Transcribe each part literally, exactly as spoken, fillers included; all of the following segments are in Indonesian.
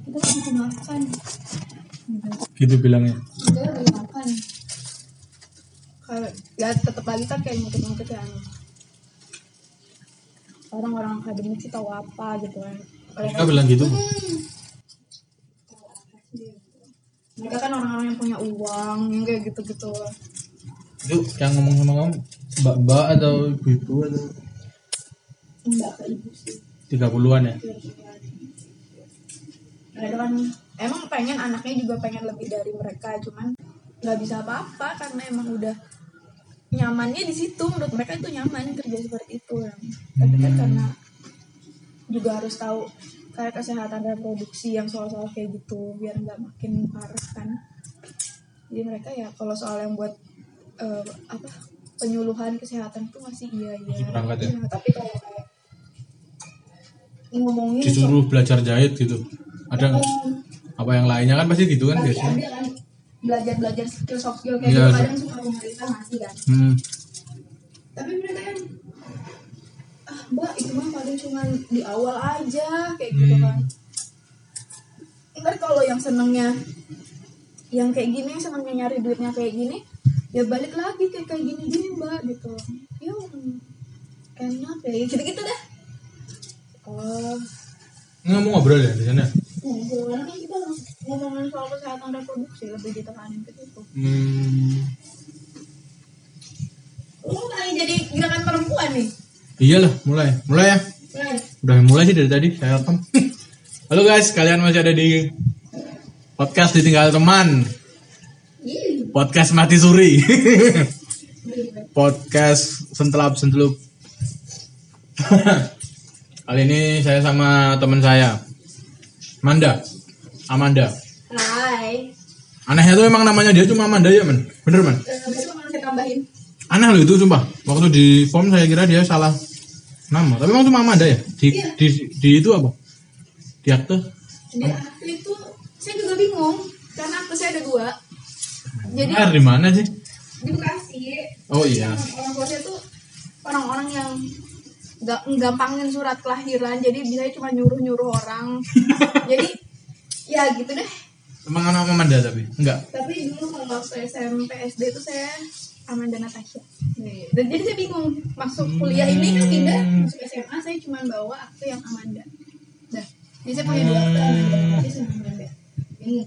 kita bisa makan gitu, gitu bilangnya. kita boleh makan. Kalau ya tetap lagi kan kayak ngikut-ngikut ya orang-orang akademik sih tahu apa gitu kan. Mereka bilang gitu. Hmm. Mereka kan orang-orang yang punya uang yang kayak gitu-gitu. Itu yang ngomong sama kamu mbak-mbak atau ibu-ibu atau Enggak ke ibu sih. tiga puluhan ya? Mereka kan emang pengen anaknya juga pengen lebih dari mereka, cuman nggak bisa apa-apa karena emang udah nyamannya di situ. Menurut mereka itu nyaman kerja seperti itu kan. Tapi kan karena juga harus tahu kayak kesehatan reproduksi yang soal-soal kayak gitu biar nggak makin parah kan. Jadi mereka ya kalau soal yang buat uh, apa penyuluhan kesehatan tuh masih iya iya. Berangkat ya? Nah, tapi kalau kayak ngomongin disuruh belajar jahit gitu, ada nggak? Apa yang lainnya kan pasti gitu kan biasanya. Ada kan belajar-belajar skill soft skill kayak ya, gitu kadang suka pemerintah ngasih kan. Hmm. Tapi mereka kan ah mbak itu mah paling cuma di awal aja kayak gitu Hmm. kan. Ntar kalau yang senengnya yang kayak gini, senengnya nyari duitnya kayak gini, ya balik lagi kayak kayak gini-gini mbak gitu. Ya enak kayak gitu-gitu dah. Oh, Nggak mau ngobrol ya di sana? ngobrol kan kita ngomongin soal kesehatan reproduksi lebih ditekanin ke situ. Hmm. Lu kali jadi gerakan perempuan nih. Iyalah, mulai, mulai ya. Mulai. Udah mulai sih dari tadi saya rekam. Halo guys, kalian masih ada di podcast Ditinggal Teman. Ih. Podcast mati suri. Podcast sentelap sentelup. Kali ini saya sama teman saya, Amanda. Amanda. Hai. Anehnya tuh emang namanya dia cuma Amanda ya, men. Bener, man. Eh, besok mau saya tambahin. Aneh loh itu sumpah. Waktu di form saya kira dia salah nama, tapi emang cuma Amanda ya. Di Iya. di, di itu apa? Di akte. Di akte itu saya juga bingung karena akte saya ada dua. Jadi Ah, di mana sih? di Bekasi. Oh iya. Orang tua saya tuh orang-orang yang nggak nggampangin surat kelahiran, jadi biasanya cuma nyuruh-nyuruh orang. Jadi ya gitu deh. Emang anak Amanda tapi enggak. Tapi dulu kalau waktu S M P S D itu saya Amanda Natasha. Nih, dan jadi saya bingung masuk kuliah ini kan pindah masuk S M A saya cuma bawa akte yang Amanda. Dah, jadi saya punya dua akte Amanda Natasha sama Amanda. Bingung.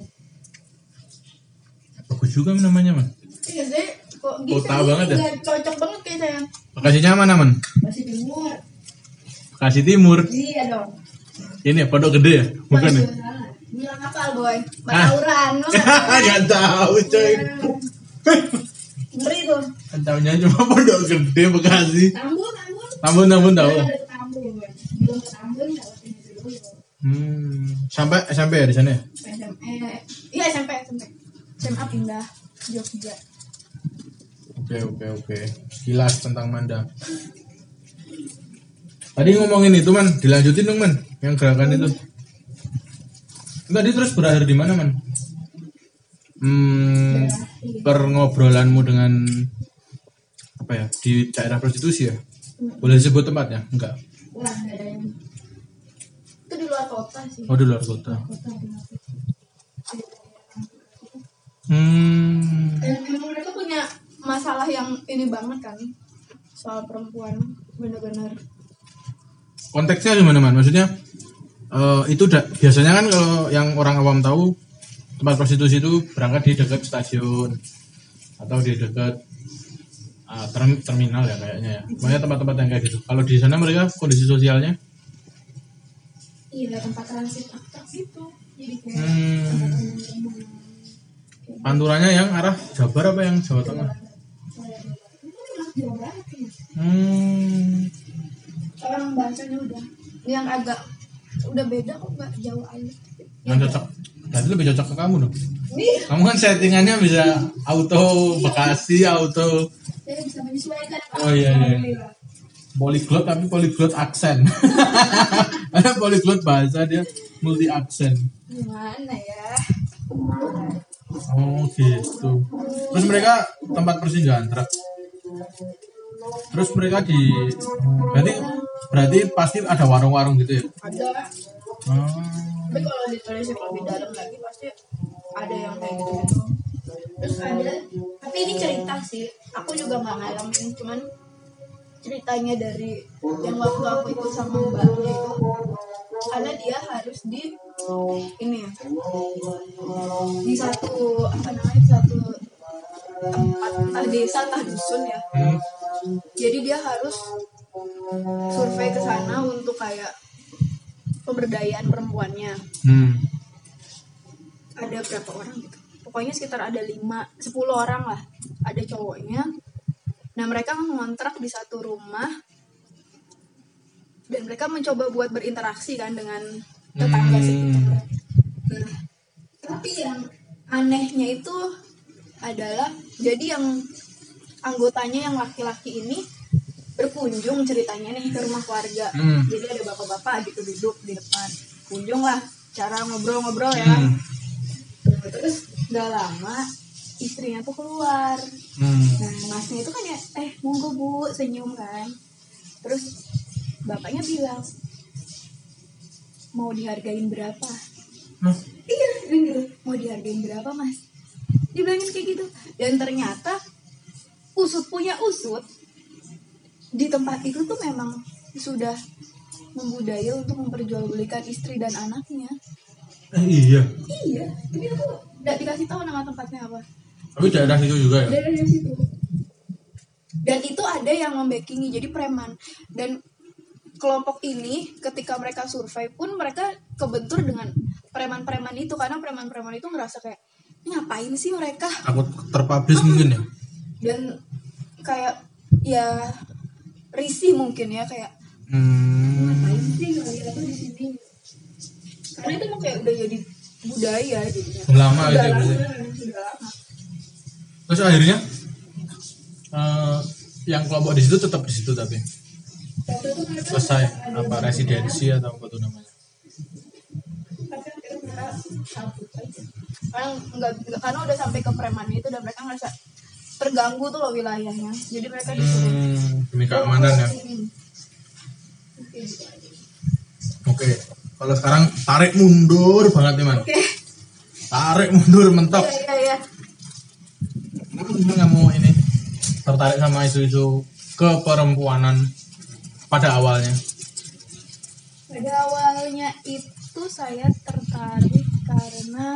Bagus juga namanya, man. Iya saya kok gitu Kota banget ya? nggak cocok banget kayak saya. Bekasinya mana, man? Masih Timur. Bekasi Timur. Iya dong. Ini ya, Pondok Gede ya? Bukan ya? Bilang apa boy? Ah. Batauran. Enggak tahu, coy. Ngeri tuh. Kan tahunya cuma Pondok Gede Bekasi. Tambun, Tambun. Tambun, Tambun tahu. Ada ke Tambun. Belum ke Tambun nggak waktu itu dulu. Hmm, sampai S M P ya di sana ya? S M P. Iya S M P, S M P. S M A pindah Jogja. Oke, oke, oke. Sekilas tentang Manda. Tadi ngomongin itu, man, dilanjutin dong, man, yang gerakan itu. Tadi terus berakhir di mana, man? Hmm, per ngobrolanmu dengan apa ya, di daerah prostitusi ya? Boleh disebut tempatnya? Enggak. Wah, nggak ada yang. Itu di luar kota sih. Oh, di luar kota. Kota di luar kota. Hmm. Dan emang mereka punya masalah yang ini banget kan soal perempuan, benar-benar. Konteksnya gimana, man? Maksudnya eh, itu da- biasanya kan kalau yang orang awam tahu tempat prostitusi itu berangkat di dekat stasiun atau di dekat uh, term- terminal ya kayaknya ya. Makanya tempat-tempat yang kayak gitu. Kalau di sana mereka kondisi sosialnya Iya, tempat transit akta gitu. Jadi kayak hmm, tempat teman-teman. panturannya yang arah Jabar apa yang Jawa Tengah? Jawa Barat kayaknya. Hmm. Orang bahasanya udah yang agak udah beda kok, nggak Jawa aja. Yang cocok. Berarti lebih cocok ke kamu dong. Nih, Kamu kan settingannya bisa auto Bekasi, auto saya bisa menyesuaikan. Oh, iya, iya. polyglot tapi polyglot aksen. Ada polyglot bahasa dia multi aksen. Gimana ya? Oh gitu. Terus mereka tempat persinggahan truk. Terus mereka di berarti berarti pasti ada warung-warung gitu ya. Ada Oh. Tapi kalau ditelisik lebih dalam lagi pasti ada yang kayak gitu gitu. Terus ada, tapi ini cerita sih, aku juga nggak ngalamin, cuman ceritanya dari yang waktu aku ikut sama mbaknya itu, karena dia harus di ini ya, di satu apa namanya di satu tempat entah desa entah dusun ya. Hmm. Jadi dia harus survei ke sana untuk kayak pemberdayaan perempuannya. Hmm. Ada berapa orang gitu? Pokoknya sekitar ada lima, sepuluh orang lah. Ada cowoknya. Nah mereka ngontrak di satu rumah dan mereka mencoba buat berinteraksi kan dengan tetangga Hmm. sekitar. Nah, tapi yang anehnya itu adalah jadi yang anggotanya yang laki-laki ini berkunjung ceritanya nih ke rumah keluarga. Hmm. Jadi ada bapak-bapak gitu duduk di depan. Kunjung lah, cara ngobrol-ngobrol ya. Hmm. Terus gak lama istrinya tuh keluar. Hmm. Nah masnya itu kan ya, eh monggo bu, senyum kan. Terus bapaknya bilang, mau dihargain berapa? Hah? Iya, gitu. Mau dihargain berapa mas? Dibilangin kayak gitu. Dan ternyata usut punya usut, di tempat itu tuh memang sudah membudaya untuk memperjualbelikan istri dan anaknya. Eh, iya. Iya, tapi aku nggak dikasih tahu nama tempatnya apa. Tapi daerah situ juga ya? Dari situ. Dan itu ada yang membackingi, jadi preman. Dan kelompok ini ketika mereka survei pun mereka kebentur dengan preman-preman itu, karena preman-preman itu ngerasa kayak ini ngapain sih mereka? Takut terpublish hmm. mungkin ya? Dan kayak ya risih mungkin ya kayak hmm. ngapain sih kalian tuh di sini? Karena itu mah kayak udah jadi budaya jadinya. Lama sudah gitu lama, ya. sudah lama. Terus akhirnya uh, yang kelompok di situ tetap di situ tapi selesai apa residensi atau apa tuh namanya? Karena nggak karena udah sampai ke preman itu dan mereka ngerasa terganggu tuh loh wilayahnya, jadi mereka disuruh hmm, demi keamanan ya. Oke, kalau sekarang tarik mundur banget teman. Oke. Tarik mundur mentok. Iya iya iya. Nggak mau ini tertarik sama isu-isu keperempuanan pada awalnya. Pada awalnya itu saya tertarik karena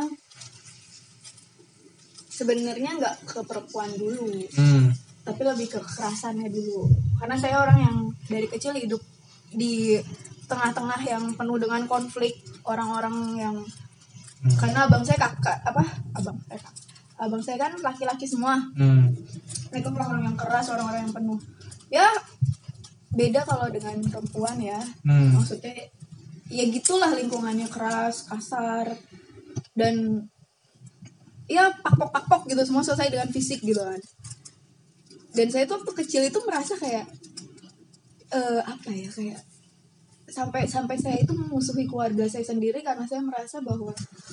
sebenarnya nggak ke perempuan dulu, hmm. tapi lebih ke kekerasannya dulu. Karena saya orang yang dari kecil hidup di tengah-tengah yang penuh dengan konflik orang-orang yang hmm. karena abang saya kakak apa abang eh, abang saya kan laki-laki semua. Hmm. Mereka orang-orang yang keras, orang-orang yang penuh. Ya beda kalau dengan perempuan ya. Hmm. Maksudnya ya gitulah lingkungannya keras, kasar dan ya pakpok-pakpok gitu, semua selesai dengan fisik gitu kan. Dan saya tuh waktu kecil itu merasa kayak uh, apa ya kayak sampai sampai saya itu memusuhi keluarga saya sendiri karena saya merasa bahwa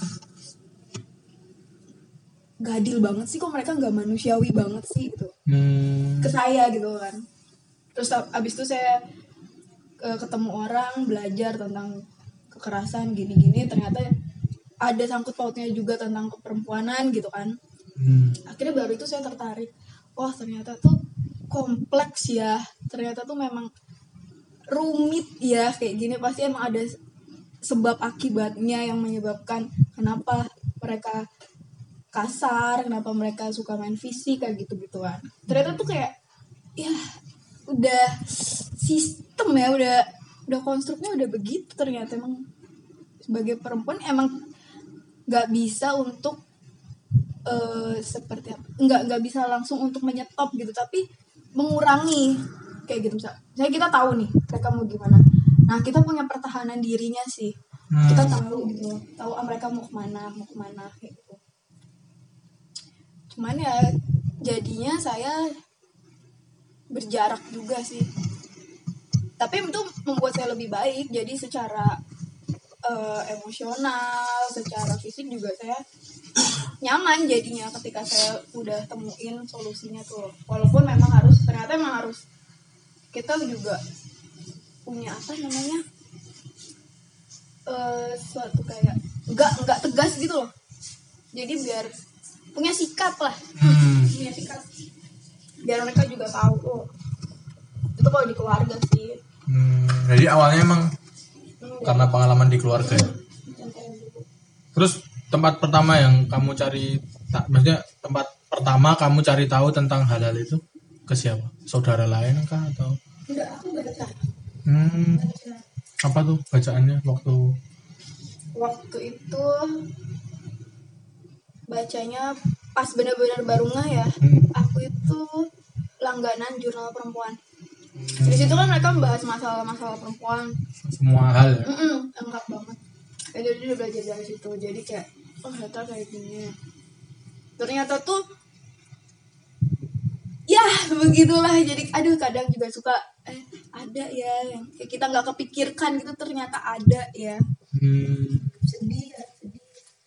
gak adil banget sih, kok mereka nggak manusiawi banget sih gitu hmm. ke saya gitu kan. Terus abis itu saya uh, ketemu orang belajar tentang kekerasan gini-gini, ternyata ada sangkut pautnya juga tentang keperempuanan gitu kan. hmm. Akhirnya baru itu saya tertarik, wah ternyata tuh kompleks ya, ternyata tuh memang rumit ya kayak gini, pasti emang ada sebab akibatnya yang menyebabkan kenapa mereka kasar, kenapa mereka suka main fisik kayak gitu-gituan. Ternyata tuh kayak ya udah sistem ya, udah udah konstruknya udah begitu. Ternyata emang sebagai perempuan emang nggak bisa untuk uh, seperti apa, nggak nggak bisa langsung untuk menyetop gitu, tapi mengurangi kayak gitu. Misal, saya kita tahu nih mereka mau gimana, nah kita punya pertahanan dirinya sih, hmm. kita tahu gitu, tahu ah, mereka mau kemana mau kemana kayak gitu. Cuman ya jadinya saya berjarak juga sih, tapi itu membuat saya lebih baik. Jadi secara uh, emosional, secara fisik juga saya nyaman jadinya ketika saya udah temuin solusinya tuh. Walaupun memang harus, ternyata memang harus kita juga punya apa namanya uh, suatu kayak nggak nggak tegas gitu loh. Jadi biar punya sikap lah, Hmm. punya sikap. Biar mereka juga tahu oh, itu kalau di keluarga sih. Hmm. Jadi awalnya emang Hmm, karena pengalaman di keluarga ya. Terus tempat pertama yang kamu cari, tak, maksudnya tempat pertama kamu cari tahu tentang hal-hal itu ke siapa? Saudara lain kah atau? Enggak, aku baca. Hmm. Apa tuh bacaannya waktu? Waktu itu bacanya pas benar-benar baru ngeh ya. Hmm. Aku itu langganan jurnal perempuan. Di situ kan mereka membahas masalah-masalah perempuan. Semua hal ya? Mm-mm, lengkap banget. Ya, jadi udah belajar dari situ. Jadi kayak oh ternyata kayak gini. Ternyata tuh ya begitulah. Jadi aduh kadang juga suka eh ada ya yang kayak kita nggak kepikirkan gitu ternyata ada ya. Hmm. Sedih ya, sedih.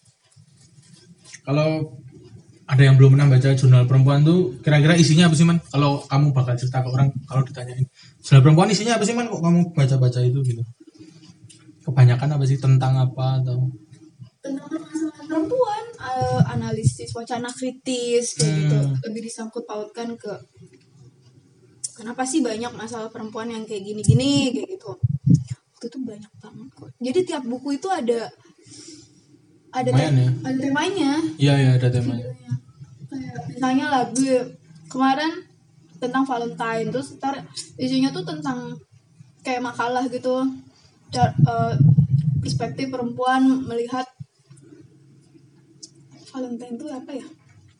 Kalau ada yang belum pernah baca jurnal perempuan tuh kira-kira isinya apa sih man? Kalau kamu bakal cerita ke orang kalau ditanyain jurnal perempuan isinya apa sih man? Kok kamu baca-baca itu gitu? Kebanyakan apa sih, tentang apa atau? Tentang permasalahan perempuan, eh, analisis wacana kritis kayak Hmm. gitu, lebih disangkut pautkan ke kenapa sih banyak masalah perempuan yang kayak gini-gini kayak gitu. Waktu itu banyak banget kok. Jadi tiap buku itu ada ada Lumayan tem- ya? ada temanya. Iya ya ada temanya. Videonya. Kayak misalnya lagu kemarin tentang Valentine, terus ntar isinya tuh tentang kayak makalah gitu. Ca- eh, perspektif perempuan melihat Valentine itu apa ya?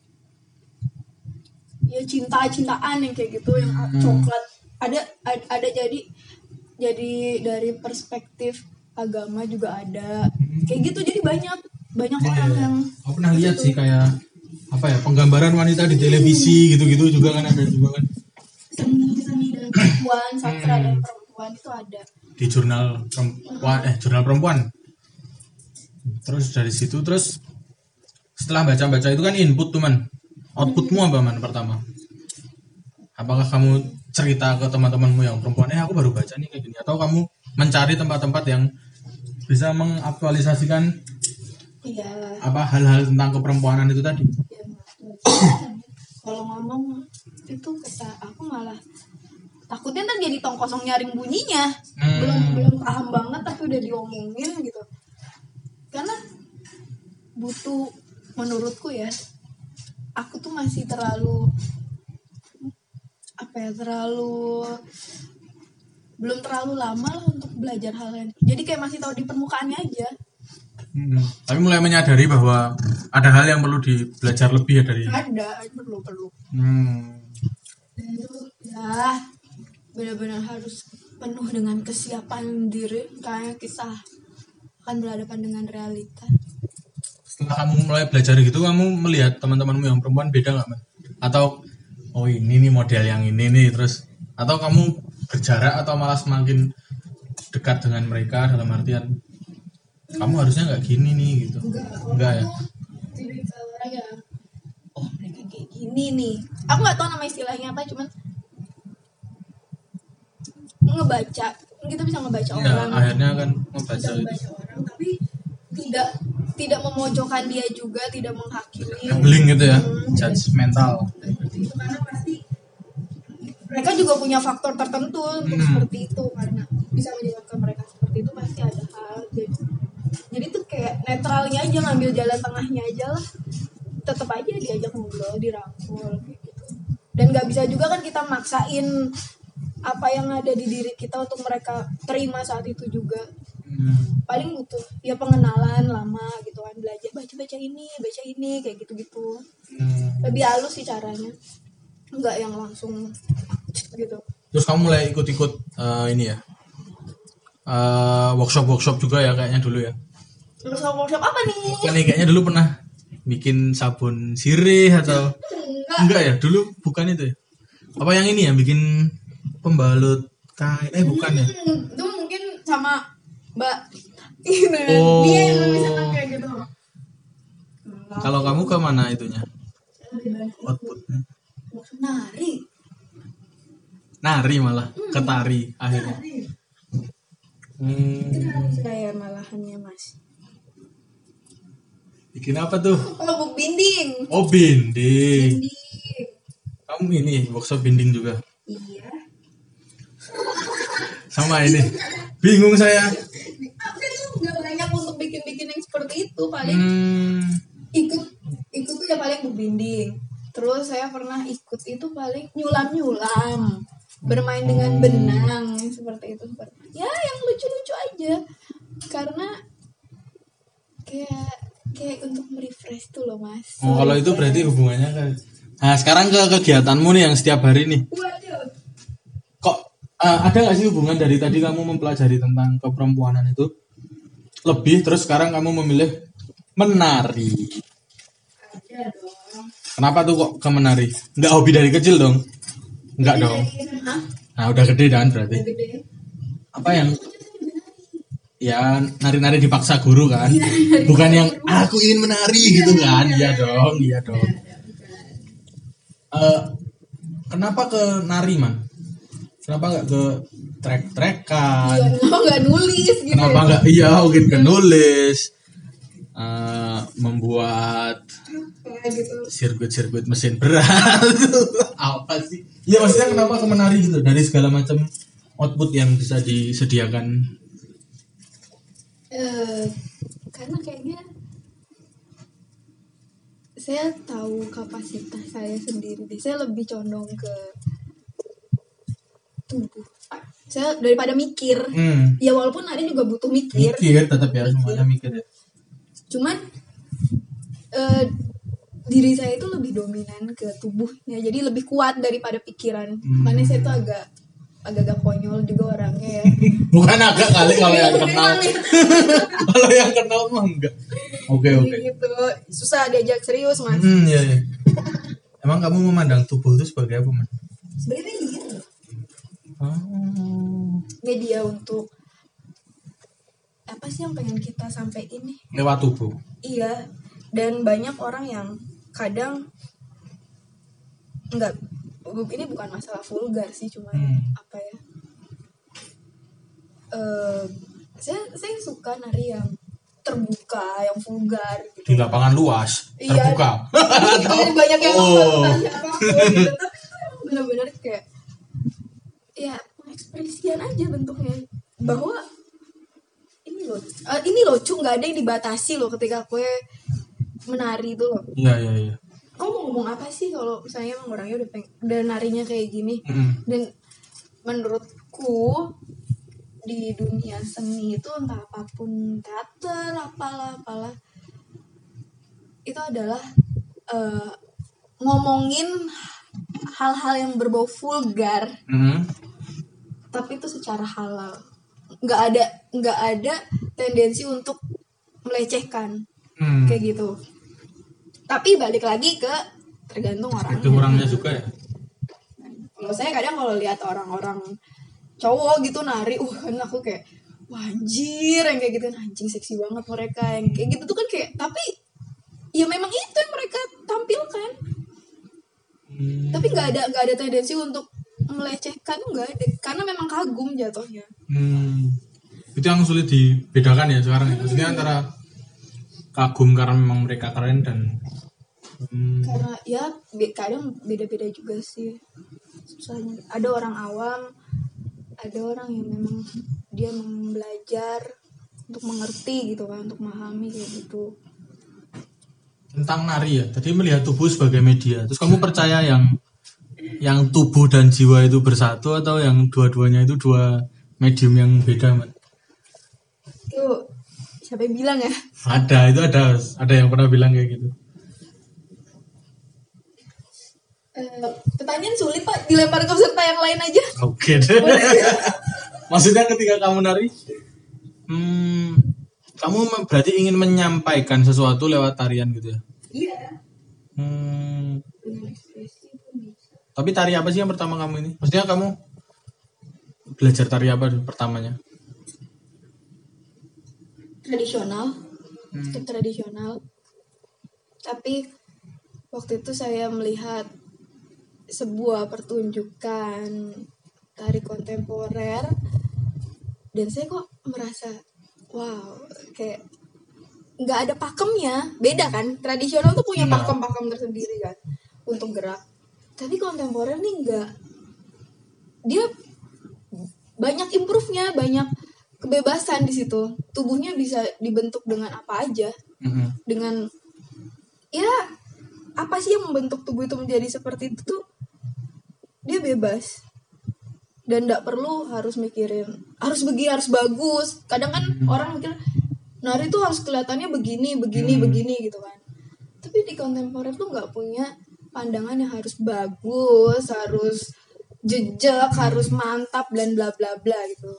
Ya cinta-cintaan yang kayak gitu, yang Hmm. coklat. Ada, ada ada jadi jadi dari perspektif agama juga ada. Kayak gitu jadi banyak banyak Iya, orang iya. yang Aku pernah lihat gitu. sih kayak apa ya, penggambaran wanita di televisi gitu-gitu juga kan ada juga kan seni-seni dan perempuan, sastra Hmm. dan perempuan itu ada. di jurnal perempuan eh jurnal perempuan. Terus dari situ terus setelah baca-baca itu kan input tuh man. Outputmu apa man pertama? Apakah kamu cerita ke teman-temanmu yang perempuan, eh aku baru baca nih kayak gini, atau kamu mencari tempat-tempat yang bisa mengaktualisasikan Iya. apa hal-hal tentang keperempuanan itu tadi? Ya, kalau ngomong itu kata aku malah takutnya ntar jadi tong kosong nyaring bunyinya. Hmm. belum belum paham banget tapi udah diomongin gitu. Karena butuh, menurutku ya, aku tuh masih terlalu apa ya terlalu belum terlalu lama lah untuk belajar hal yang jadi kayak masih tahu di permukaannya aja. Hmm. Tapi mulai menyadari bahwa ada hal yang perlu dibelajar lebih ya dari. Ada perlu perlu Hmm. dan itu ya benar-benar harus penuh dengan kesiapan diri kayak kisah akan berhadapan dengan realita. Setelah kamu mulai belajar gitu, kamu melihat teman-temanmu yang perempuan beda nggak man? Atau oh ini nih model yang ini nih terus, atau kamu berjarak atau malah semakin dekat dengan mereka dalam artian kamu harusnya nggak gini nih gitu? Enggak ya? Tipikal orang yang oh mereka kayak gini nih, aku nggak tahu nama istilahnya apa, cuman ngebaca kita bisa ngebaca Ya, orang, akhirnya kan bisa membaca itu. ngebaca orang tapi tidak tidak memojokkan dia juga, tidak menghakimi. Gambling gitu ya, Hmm, judgmental. seperti itu karena pasti mereka juga punya faktor tertentu untuk Hmm. seperti itu, karena bisa menyebabkan mereka seperti itu pasti ada hal. Jadi, jadi tuh kayak netralnya aja, ngambil jalan tengahnya aja lah. Tetap aja diajak ngobrol, dirangkul kayak gitu. Dan nggak bisa juga kan kita maksain apa yang ada di diri kita untuk mereka terima saat itu juga. Hmm. Paling butuh ya pengenalan lama gitu kan, belajar baca-baca ini, baca ini kayak gitu-gitu. Hmm. Lebih halus sih caranya, nggak yang langsung gitu. Terus kamu mulai ikut-ikut eh, ini ya, eh, workshop-workshop juga ya kayaknya dulu ya. Terus workshop apa nih? Kan nih, kayaknya dulu pernah bikin sabun sirih atau Enggak. enggak ya? Dulu bukan itu ya? Apa yang ini ya, bikin pembalut kain? Eh bukan ya? Hmm, itu mungkin sama Mbak ini Oh. dia yang lebih senang kayak gitu. Kalau kamu ke mana itunya? Lebih banyak Outputnya? workshop nari. Nari malah, ke tari akhirnya. Nari. Hmm. Saya malahannya mas. Bikin apa tuh? Oh, binding. Oh, binding. Binding. Kamu ini workshop binding juga? Iya. Sama ini. Bingung saya. Aku tuh nggak banyak untuk bikin-bikin yang seperti itu, paling Hmm. ikut ikut tuh ya paling binding. Terus saya pernah ikut itu paling nyulam-nyulam, bermain dengan benang seperti itu, seperti ya yang lucu-lucu aja, karena kayak kayak untuk merefresh tuh loh mas. Oh, kalau itu berarti hubungannya kan. Nah, sekarang ke kegiatanmu nih yang setiap hari nih. Waduh. Kok uh, ada nggak sih hubungan dari tadi kamu mempelajari tentang keperempuanan itu lebih, terus sekarang kamu memilih menari? Ada dong. Kenapa tuh kok ke menari? Nggak hobi dari kecil dong? Nggak dong. Hah? Nah, udah gede kan berarti. Gede. Apa yang ya nari-nari dipaksa guru kan? Bukan yang aku ingin menari gitu kan? Iya dong, iya dong. Uh, kenapa ke nari man? Kenapa nggak ke trek-trekan? Iya, kenapa nggak nulis gitu? Kenapa ya? nggak iya mungkin ke nulis, uh, membuat Kayak gitu. sirkuit-sirkuit mesin berat? Apa sih? Iya maksudnya kenapa ke menari gitu dari segala macam output yang bisa disediakan? Eh, karena kayaknya saya tahu kapasitas saya sendiri deh. Saya lebih condong ke tubuh. Saya daripada mikir. Hmm. Ya walaupun ada juga butuh mikir. Mikir tetap ya, semuanya mikir ya. Cuman eh, diri saya itu lebih dominan ke tubuhnya. Jadi lebih kuat daripada pikiran. Hmm. Makanya saya tuh agak agak-agak konyol juga orangnya ya. Bukan agak kali kalau yang kenal. Kalau yang kenal mah enggak. Oke oke. Gitu. Susah diajak serius mas. Hmm ya ya. Emang kamu memandang tubuh itu sebagai apa man? Sebenarnya gitu. Oh. Media untuk apa sih yang pengen kita sampaikan nih? Lewat tubuh. Iya. Dan banyak orang yang kadang enggak, ini bukan masalah vulgar sih, cuma Hmm. apa ya? Eh, saya saya suka nari yang terbuka, yang vulgar gitu. Di lapangan luas, Iya. terbuka. Banyak banyak yang Oh. nonton apapun gitu. Tapi itu benar-benar kayak ya pengekspresian aja bentuknya, bahwa ini loh, eh, ini loh cu, nggak ada yang dibatasi loh ketika gue menari itu loh. Iya iya iya. Kamu mau ngomong apa sih kalau misalnya emang orangnya udah peng, udah narinya kayak gini? Mm. Dan menurutku di dunia seni itu entah apapun, teater apalah apalah, itu adalah eh, ngomongin hal-hal yang berbau vulgar, Mm. tapi itu secara halal. Nggak ada nggak ada tendensi untuk melecehkan Mm. kayak gitu. Tapi balik lagi ke tergantung orangnya. Itu orangnya juga ya. Kalau saya kadang kalau lihat orang-orang cowok gitu nari, uh kan aku kayak wah anjir yang kayak gitu, anjing seksi banget mereka yang kayak gitu tuh kan kayak, tapi ya memang itu yang mereka tampilkan. Hmm. Tapi nggak ada nggak ada tendensi untuk melecehkan, nggak ada, karena memang kagum jatuhnya. Hmm. Itu yang sulit dibedakan ya sekarang. Ya. Maksudnya antara kagum karena memang mereka keren dan hmm. Karena ya be- kadang beda-beda juga sih susahnya. Ada orang awam, ada orang yang memang dia memang belajar untuk mengerti gitu kan, untuk memahami kayak gitu. Tentang nari ya. Tadi melihat tubuh sebagai media. Terus kamu percaya yang yang tubuh dan jiwa itu bersatu atau yang dua-duanya itu dua medium yang beda, Man? Itu siapa yang bilang ya? Ada, itu ada ada yang pernah bilang kayak gitu. Eh, pertanyaan sulit Pak, dilempar ke peserta yang lain aja. Oke deh. Maksudnya ketika kamu nari, hmm, kamu me- berarti ingin menyampaikan sesuatu lewat tarian gitu ya? Iya. Hmm, Dengan ekspresi pun bisa. tapi tari apa sih yang pertama kamu ini? Maksudnya kamu belajar tari apa dulu pertamanya? Tradisional, Hmm. tetap tradisional. Tapi waktu itu saya melihat sebuah pertunjukan tari kontemporer dan saya kok merasa wow, kayak nggak ada pakemnya. Beda kan, tradisional tuh punya Nah. pakem-pakem tersendiri kan untuk gerak, tapi kontemporer nih nggak, dia banyak improve-nya, banyak kebebasan di situ. Tubuhnya bisa dibentuk dengan apa aja, Mm-mm. dengan ya apa sih yang membentuk tubuh itu menjadi seperti itu tuh dia bebas, dan nggak perlu harus mikirin harus begini harus bagus. Kadang kan Hmm. orang mikir nari tuh harus kelihatannya begini begini Hmm. begini gitu kan, tapi di kontemporer tuh nggak punya pandangan yang harus bagus, harus jejak, harus mantap dan bla bla bla gitu.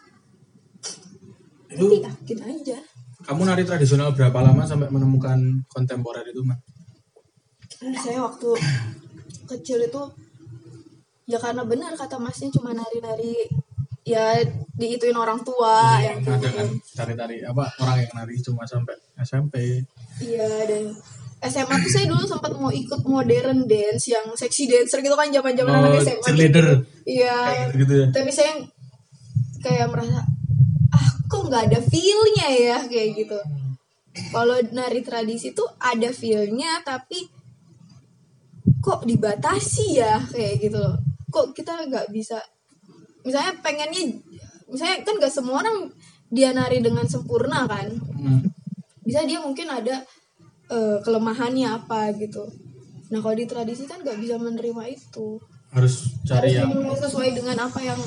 Itu Tapi yakin aja. kamu nari tradisional berapa lama sampai menemukan kontemporer itu, Man? Saya waktu kecil itu ya karena benar kata masnya cuma nari-nari ya diituin orang tua yang Ada gitu. kan tari-tari apa orang yang nari cuma sampai S M P. Iya, dan S M A tuh saya dulu sempat mau ikut modern dance yang sexy dancer gitu kan, zaman-zaman Oh, anak S M A cheerleader. gitu. Iya. Kayak gitu ya. Tapi saya kayak merasa ah kok nggak ada feel-nya ya kayak gitu. Kalau nari tradisi tuh ada feel-nya tapi kok dibatasi ya kayak gitu loh. Kok kita nggak bisa, misalnya pengennya, misalnya kan nggak semua orang dia nari dengan sempurna kan. Hmm. Bisa dia mungkin ada uh, kelemahannya apa gitu. Nah kalau di tradisi kan nggak bisa menerima itu. Harus cari Harus yang memang sesuai dengan apa yang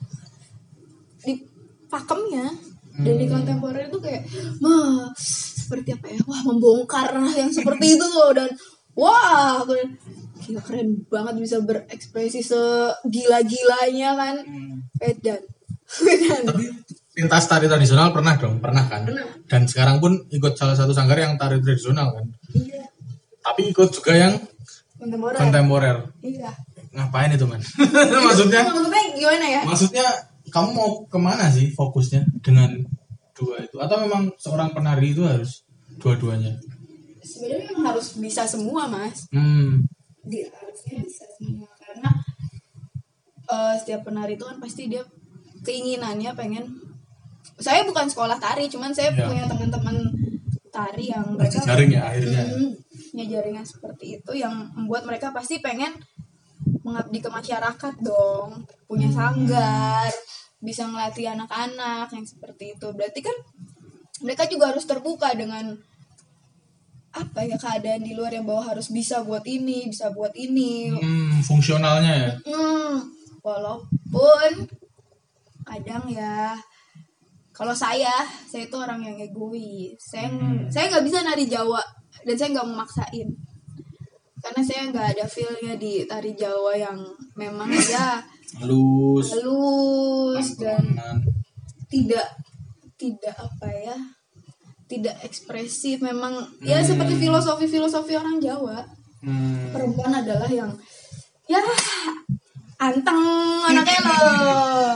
di pakemnya. Dan di kontemporer itu kayak mah seperti apa ya, wah membongkar yang seperti itu tuh, dan wah gila keren banget bisa berekspresi segila-gilanya kan. Edan Edan tapi lintas tari tradisional pernah dong, pernah kan? Pernah. Dan sekarang pun ikut salah satu sanggar yang tari tradisional kan. Iya, Tapi ikut juga yang kontemporer. kontemporer. Iya. Ngapain itu, Man? Maksudnya Maksudnya gimana ya? maksudnya kamu mau kemana sih fokusnya dengan dua itu? Atau memang seorang penari itu harus dua-duanya? Sebenarnya memang harus bisa semua, Mas. Hmm. Dia harusnya bisa semua karena uh, setiap penari itu kan pasti dia keinginannya pengen. Saya bukan sekolah tari, cuman saya Ya. punya teman-teman tari yang mereka Jaring ya akhirnya. Hmm, punya jaringan seperti itu yang membuat mereka pasti pengen mengabdi ke masyarakat dong, punya sanggar, bisa ngelatih anak-anak yang seperti itu. Berarti kan mereka juga harus terbuka dengan apa ya, keadaan di luar yang bahwa harus bisa buat ini, bisa buat ini. Hmm, fungsionalnya ya. Hmm, walaupun kadang ya, kalau saya, saya itu orang yang egois. Saya Hmm. saya nggak bisa nari Jawa dan saya nggak memaksain. Karena saya nggak ada feel-nya di tari Jawa yang memang ya Halus. halus dan pelan-pelan. tidak tidak apa ya, tidak ekspresif. Memang ya Hmm. seperti filosofi-filosofi orang Jawa. Hmm. Perempuan adalah yang ya anteng anaknya loh.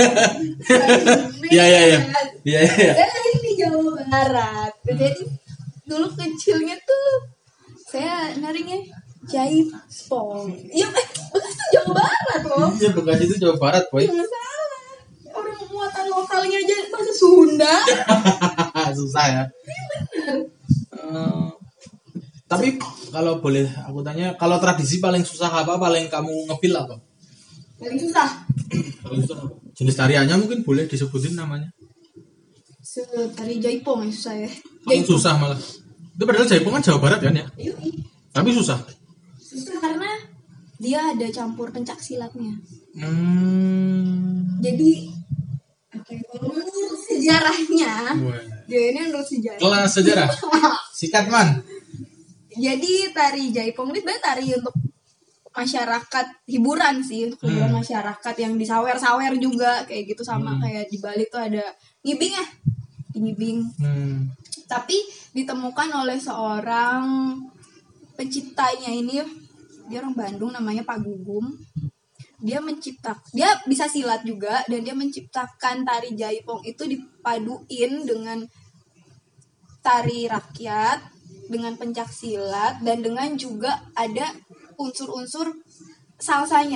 Iya iya iya. Iya iya. Saya lahir di Jawa Barat, jadi dulu kecilnya tuh saya naringnya jaipong. Iya, eh, Bekasi tuh Jawa Barat loh. Iya, Bekasi itu Jawa Barat, boy. Jangan salah. Orang muatan lokalnya aja bahasa Sunda. Susah ya. Eh, tapi kalau boleh aku tanya, kalau tradisi paling susah apa? Paling kamu ngepil apa? Paling susah. Paling susah apa? Jenis tariannya mungkin boleh disebutin namanya. Tari jaipong yang susah ya. Paling susah malah. Itu padahal Jaipong kan Jawa Barat kan ya? Yoi. Tapi susah. Susah karena dia ada campur pencak silatnya. Hmm. Jadi apa ya, kalau menurut sejarahnya, Wah. dia ini menurut sejarah. Kelas sejarah. Sikat, Man. Jadi tari jaipong ini sebenarnya tari untuk masyarakat, hiburan sih, untuk hiburan Hmm. masyarakat yang disawer-sawer juga kayak gitu, sama Hmm. kayak di Bali tuh ada ngibing ya, di ngibing. Hmm. Tapi ditemukan oleh seorang penciptanya ini, dia orang Bandung namanya Pak Gugum. Dia menciptakan, dia bisa silat juga, dan dia menciptakan tari jaipong itu dipaduin dengan tari rakyat, dengan pencak silat, dan dengan juga ada unsur-unsur salsanya.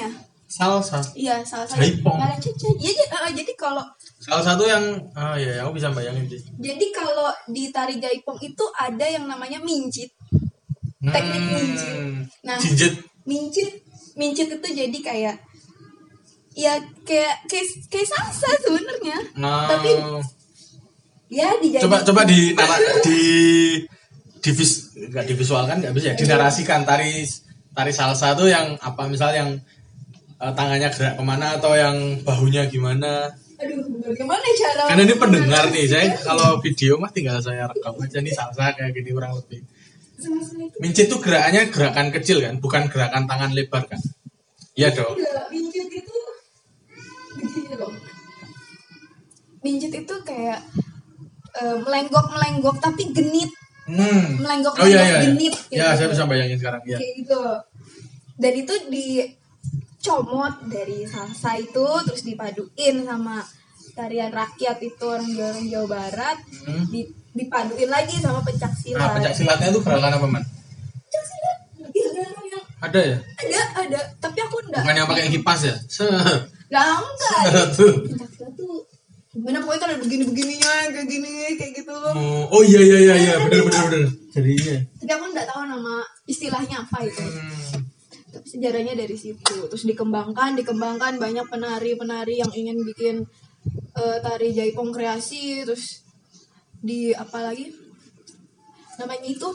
Salsa. Iya, salsa. Jaipong. Ada cece. Iya, jadi, uh, jadi kalau Salah satu yang ah ya, aku bisa bayangin sih. jadi kalau di tari Jaipong itu ada yang namanya mincit. Teknik mincit. Nah, Jinjit. mincit mincit itu jadi kayak ya kayak kayak, kayak salsa sebenarnya. Nah, Tapi ya dijadikan coba coba di nara, di divis nggak divisualkan nggak bisa ya, dinarasikan tari tari salsa tuh yang apa, misal yang uh, tangannya gerak kemana atau yang bahunya gimana. Aduh, bagaimana cara? Karena ini pendengar nih, saya kalau video mah tinggal saya rekam aja nih salsa kayak gini kurang lebih. Mincit tuh gerakannya gerakan kecil kan, bukan gerakan tangan lebar kan? Iya dong. Enggak, mincit itu begini loh. Mincit itu kayak uh, melenggok melenggok tapi genit. Hmm. Melenggok Oh iya melenggok iya. genit. Ya, gitu. saya bisa bayangin sekarang ya. Kayak gitu. Dan itu dicomot dari salsa itu terus dipaduin sama tarian rakyat itu orang Jawa, orang Jawa Barat, Hmm. di, dipaduin lagi sama pencak silat. Nah, pencak silatnya itu gerakan apa, Man? Pencak silat. Iya, ada yang Ada ya? ada ada tapi aku enggak. Bukan yang pakai kipas ya? Set. Lah enggak. Tuh. Pencak silat tuh gimana, pokoknya kan ada begini-begininya kayak gini kayak gitu. Oh, oh iya iya iya iya, benar benar benar. Jadi iya. Tapi aku enggak tahu nama istilahnya apa itu. Hmm. Tapi sejarahnya dari situ. Terus dikembangkan, dikembangkan banyak penari-penari yang ingin bikin uh, tari Jaipong kreasi, terus di apa lagi? Namanya itu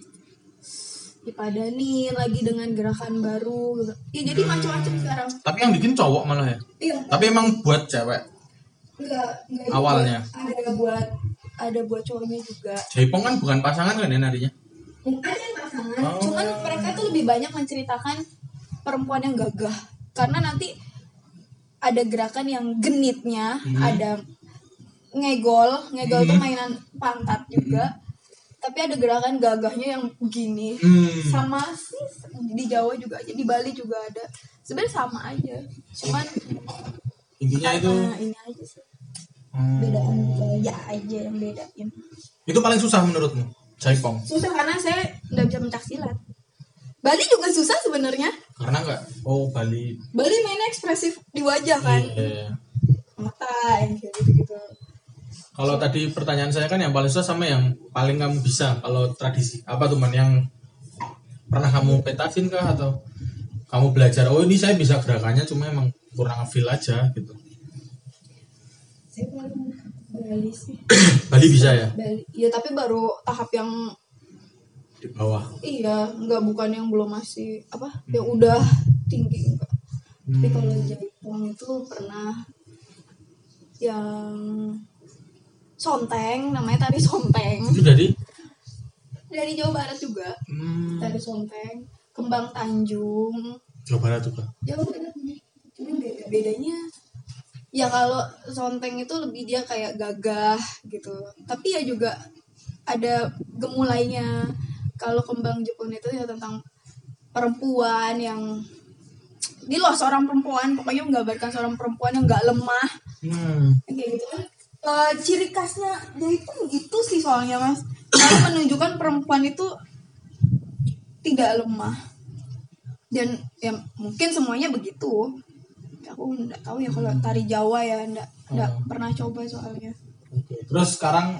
dipadanin lagi dengan gerakan baru. Ya, jadi macam-macam sekarang. Tapi yang bikin cowok malah ya. Iya. Tapi emang buat cewek. Enggak, enggak Awalnya. juga. Ada buat ada buat cowoknya juga. Jaipong kan bukan pasangan kan ya narinya? Ada yang pasangan, Oh. cuman mereka tuh lebih banyak menceritakan perempuan yang gagah. Karena nanti ada gerakan yang genitnya, Hmm. ada ngegol, ngegol tuh Hmm. mainan pantat juga. Tapi ada gerakan gagahnya yang begini. Hmm. Sama sih di Jawa juga aja, di Bali juga ada. Sebenarnya sama aja. Cuman Intinya itu karena ini aja sih. hmm. Bedaan gaya aja yang bedain. Itu paling susah menurutmu, Jaipong? Susah karena saya nggak bisa pencak silat. Bali juga susah sebenarnya. Karena enggak, oh Bali. Bali mainnya ekspresif di wajah kan, Iya. mata yang kayak gitu-gitu. Kalau tadi pertanyaan saya kan yang paling susah sama yang paling kamu bisa. Kalau tradisi apa tuh, Man, yang pernah kamu petasin kah atau kamu belajar? Oh ini saya bisa gerakannya, cuma emang kurang feel aja gitu. Saya paling Bali sih. Bali bisa ya Bali. Ya tapi baru tahap yang di bawah. iya, nggak bukan yang belum masih apa, yang udah tinggi enggak. Tapi Hmm. kalau Jaipong itu pernah yang sonteng, namanya tari sonteng. Itu dari Dari Jawa Barat juga. hmm, Tari sonteng, kembang Tanjung. Jawa Barat juga. Jawa Barat nih. Cuma beda bedanya ya kalau sonteng itu lebih dia kayak gagah gitu. Tapi ya juga ada gemulainya. Kalau kembang Jepun itu ya tentang perempuan yang ini loh, seorang perempuan pokoknya menggambarkan seorang perempuan yang nggak lemah Hmm. kayak gitu kan. Eh, ciri khasnya dia itu gitu sih soalnya mas, kalau menunjukkan perempuan itu tidak lemah dan ya mungkin semuanya begitu. Aku nggak tahu ya kalau tari Jawa ya, nggak nggak Hmm. pernah coba soalnya. Oke. Terus sekarang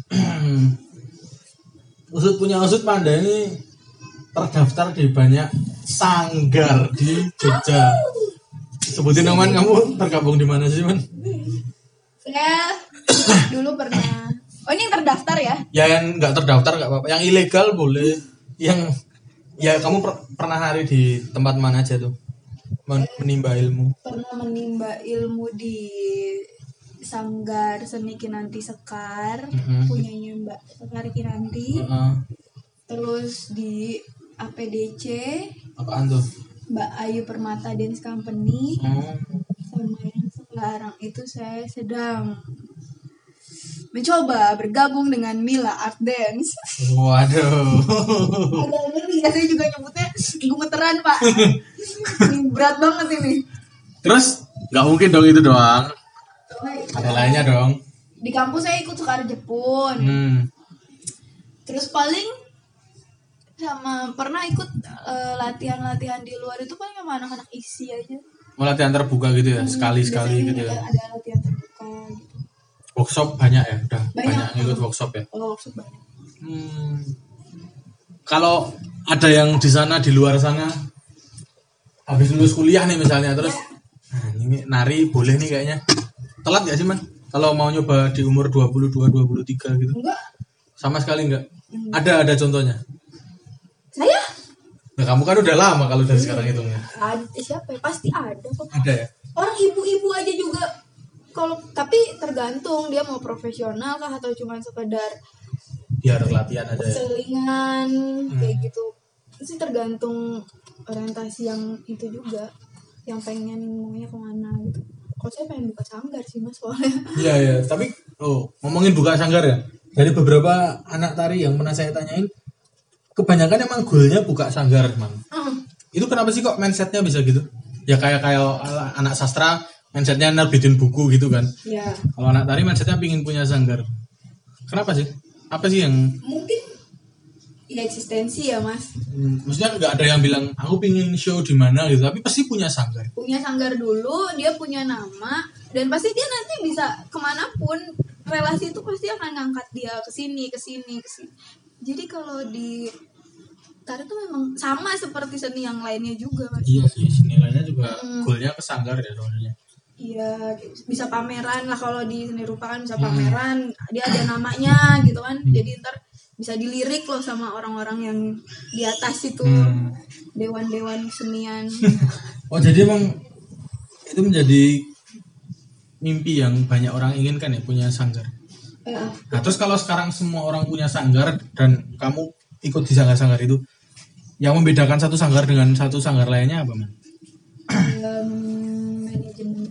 Usut punya Usut Panda ini terdaftar di banyak sanggar di Jogja. Sebutin nama, kamu tergabung di mana sih, Man? Saya dulu pernah, oh ini yang terdaftar ya. Ya yang nggak terdaftar nggak apa-apa, yang ilegal boleh. Yang ya kamu per- pernah hari di tempat mana aja tuh? Men- menimba ilmu. Pernah menimba ilmu di Sanggar Seni Kinanti Sekar, Mhm. punyanya Mbak Sekar Kinanti. Heeh. Terus di A P D C Apaan tuh? Mbak Ayu Permata Dance Company. Oh. Sama yang sekarang itu saya sedang mencoba bergabung dengan Mila Art Dance. Waduh. Agak ngeri ya, saya juga nyebutnya gemeteran pak. Ini berat banget ini. Terus nggak mungkin dong itu doang. Ada lainnya dong. Di kampus saya ikut Sekar Jepun. Hmm. Terus paling sama pernah ikut eh, latihan-latihan di luar itu paling sama anak-anak isi aja. mau latihan terbuka gitu ya, Hmm, sekali-sekali biasanya gitu ya. ada, ada latihan terbuka gitu. Workshop banyak ya, udah Banyak. banyak ngikut workshop ya. Kalau workshop banyak. Hmm. Kalau ada yang di sana di luar sana habis lulus kuliah nih misalnya terus nah, ini nari boleh nih kayaknya. Telat gak sih man? Kalau mau nyoba di umur dua puluh dua, dua puluh tiga gitu. Enggak. Sama sekali enggak? Enggak. Ada ada contohnya. Saya? Nah, kamu kan udah lama kalau dari sekarang hitungnya. Ada, siapa ya? Pasti ada kok. Ada ya? Orang ibu-ibu aja juga kalau tapi tergantung dia mau profesional kah atau cuma sekedar Biar latihan aja ya. selingan Hmm. kayak gitu. Itu sih tergantung orientasi yang itu juga, yang pengen maunya kemana gitu. Kalau saya pengen buka sanggar sih mas soalnya. Iya ya, tapi oh ngomongin buka sanggar ya. Dari beberapa anak tari yang pernah saya tanyain, kebanyakan emang goalnya buka sanggar, man. Hmm. Itu kenapa sih kok mindsetnya bisa gitu? Ya kayak kayak anak sastra mindsetnya nerbitin buku gitu kan. Ya Kalau anak tari mindsetnya pingin punya sanggar. Kenapa sih? Apa sih yang mungkin ya eksistensi ya mas. hmm, maksudnya nggak ada yang bilang aku pingin show di mana gitu, tapi pasti punya sanggar. Punya sanggar dulu, dia punya nama dan pasti dia nanti bisa kemanapun, relasi itu pasti akan ngangkat dia ke sini ke sini ke sini. Jadi kalau di tari itu memang sama seperti seni yang lainnya juga mas. Iya sih, nilainya juga Hmm. goalnya ke sanggar ya soalnya. Iya, bisa pameran lah kalau di seni rupa kan bisa pameran, dia ada namanya gitu kan. Jadi ntar bisa dilirik loh sama orang-orang yang di atas itu, Hmm. dewan-dewan senian. Oh jadi emang itu menjadi mimpi yang banyak orang inginkan ya, punya sanggar. Eh, Nah terus kalau sekarang semua orang punya sanggar dan kamu ikut di sanggar-sanggar itu, yang membedakan satu sanggar dengan satu sanggar lainnya apa man? em, manajemennya,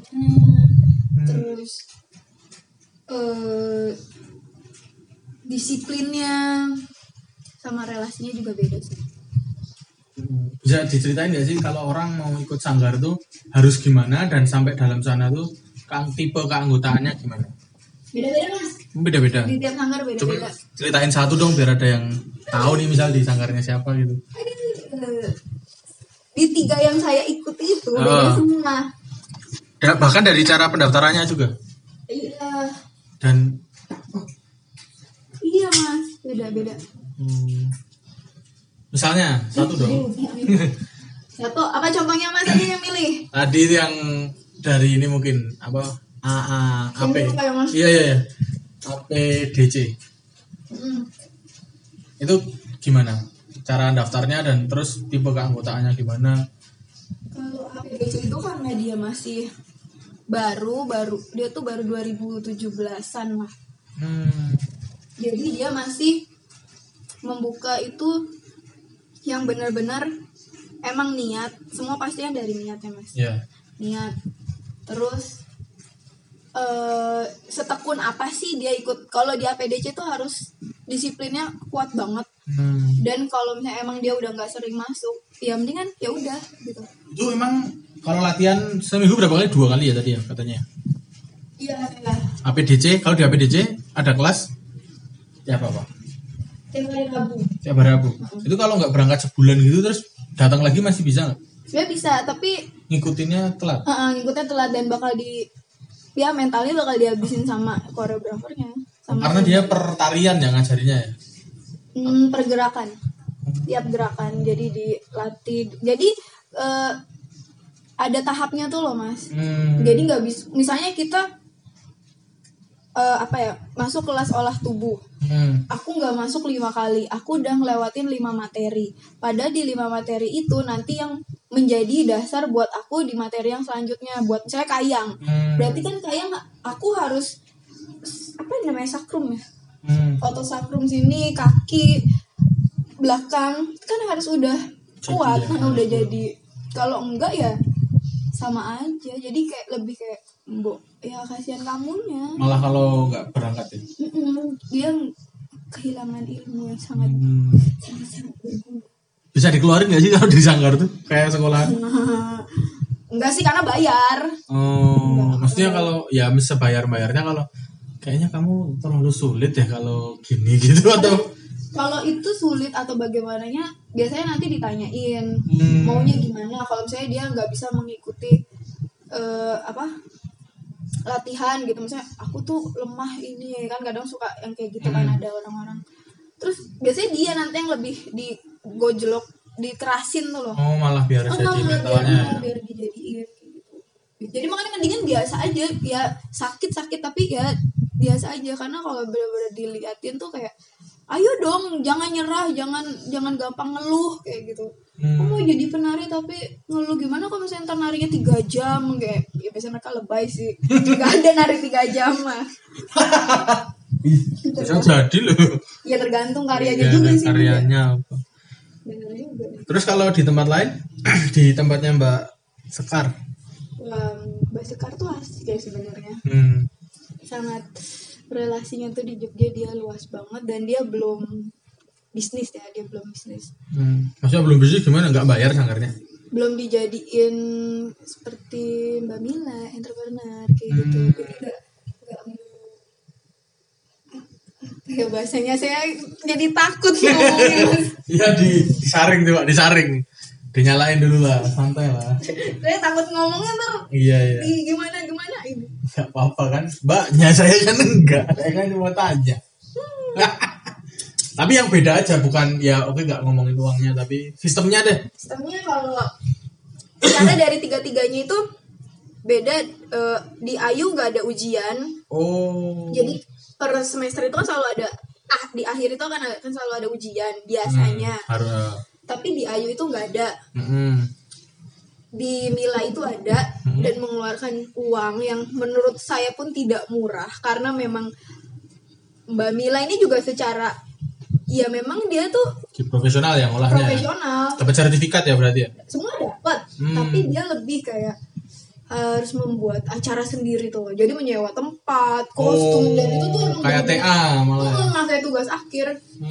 terus eh, disiplinnya sama relasinya juga beda sih. Bisa diceritain nggak sih kalau orang mau ikut sanggar tuh harus gimana dan sampai dalam sana tuh kan tipe keanggotaannya gimana? Beda-beda mas, Beda-beda. di tiap sanggar Coba beda-beda. ceritain satu dong biar ada yang tahu nih misal di sanggarnya siapa gitu. Eh, di tiga yang saya ikuti itu beda Ah. semua. Dan bahkan dari cara pendaftarannya juga. Iya, Dan iya mas, beda-beda. hmm, misalnya satu dong. Satu, apa contohnya mas tadi yang milih? Tadi itu yang dari ini mungkin apa A A A P. Yang kayak Mas. Iya iya iya. A P D C. Hmm. Itu gimana? Cara daftarnya dan terus tipe keanggotaannya gimana? Kalau A P D C itu karena dia masih baru, baru dia tuh baru dua ribu tujuh belasan lah. Hmm. Jadi dia masih membuka itu yang benar-benar emang niat. Semua pasti yang dari niatnya mas. Ya. Niat. Terus eh setekun apa sih dia ikut? Kalau di A P D C tuh harus disiplinnya kuat banget. Hmm. Dan kalau misalnya emang dia udah nggak sering masuk, ya mendingan ya udah gitu. Itu emang kalau latihan seminggu berapa kali? Dua kali ya tadi ya katanya. Iya lah. A P D C, kalau di A P D C ada kelas ya apa apa? Tiap hari Rabu. Tiap hari Rabu. Itu kalau nggak berangkat sebulan gitu terus datang lagi masih bisa nggak? Sebenarnya bisa, tapi Ngikutinnya telat. uh, ngikutnya telat dan bakal di ya mentalnya bakal dihabisin sama koreografernya. Sama Karena dia pertarian yang ngajarinya ya. Hmm, pergerakan. Tiap gerakan jadi dilatih. Jadi eh, ada tahapnya tuh loh mas. Hmm. Jadi nggak bisa. Misalnya kita eh, apa ya masuk kelas olah tubuh. Hmm. Aku nggak masuk lima kali. Aku udah ngelewatin lima materi. Padahal di lima materi itu nanti yang menjadi dasar buat aku di materi yang selanjutnya. Buat misalnya kayang. Hmm. Berarti kan kayang aku harus apa yang namanya sakrum ya. Hmm. Otot sakrum sini, kaki, belakang kan harus udah kuat, Jadi, ya. kan udah jadi. Kalau enggak ya sama aja. Jadi kayak lebih kayak mbok ya kasihan kamunya. Malah kalau nggak berangkat ya. Mm-mm, dia kehilangan ilmu yang sangat Hmm. sangat sangat berguna. Bisa dikeluarin nggak sih kalau di sanggar tuh kayak sekolah? Enggak sih karena bayar. Oh, maksudnya kalau ya sebayar bayarnya kalau kayaknya kamu terlalu sulit ya kalau gini gitu atau Kalau itu sulit atau bagaimananya biasanya nanti ditanyain Hmm. maunya gimana. Kalau misalnya dia nggak bisa mengikuti uh, apa latihan gitu, misalnya aku tuh lemah ini kan, kadang suka yang kayak gitu kan, Hmm. ada orang-orang. Terus biasanya dia nanti yang lebih digojlok, dikerasin tuh loh. Oh, malah biar Oh, jadi biar, mentalnya. biar, biar dijadiin kayak gitu. Jadi makanya mendingan biasa aja, ya sakit-sakit tapi ya biasa aja, karena kalau benar-benar diliatin tuh kayak ayo dong, jangan nyerah, jangan jangan gampang ngeluh kayak gitu. Hmm. Kamu mau jadi penari tapi ngeluh gimana kalau misalnya ntar narinya tiga jam kayak, ya biasanya mereka lebay sih. Gak ada nari tiga jam mah. Bisa jadi loh. Ya tergantung karyanya Iya, juga sih. karyanya apa. Bener juga. Terus kalau di tempat lain, di tempatnya Mbak Sekar, Wah, Mbak Sekar tuh asik ya sebenarnya. hmm. Sangat, relasinya tuh di Jogja dia luas banget, dan dia belum bisnis ya, dia belum bisnis. Hmm. Maksudnya belum bisnis gimana? Nggak bayar sanggarnya? Belum dijadiin seperti Mbak Mila, entrepreneur kayak gitu. Hmm. Jadi nggak nggak ya bahasanya saya jadi takut ngomongin. Iya di disaring tuh Pak, disaring. Dinyalain dulu lah, santai lah. Saya takut ngomongnya ntar Iya iya. di gimana gimana ini. Gak apa-apa kan, Mbaknya saya kan enggak, saya kan cuma tanya. Tapi yang beda aja, bukan ya oke nggak ngomongin uangnya, tapi sistemnya deh. Sistemnya kalau karena dari tiga-tiganya itu beda, eh, di Ayu nggak ada ujian. Oh. Jadi per semester itu kan selalu ada, ah, di akhir itu kan ada- kan selalu ada ujian biasanya. Hmm, harus. Tapi di Ayu itu nggak ada. Hmm. Di Mila itu ada, Hmm. dan mengeluarkan uang yang menurut saya pun tidak murah, karena memang Mbak Mila ini juga secara, ya memang dia tuh Di profesional yang olahnya. profesional, Dapat sertifikat ya berarti ya? semua dapat. Hmm. Tapi dia lebih kayak harus membuat acara sendiri tuh, jadi menyewa tempat, kostum, dan itu tuh emang Oh, kayak T bener-bener- A malah. Oh, nah, kayak tugas akhir.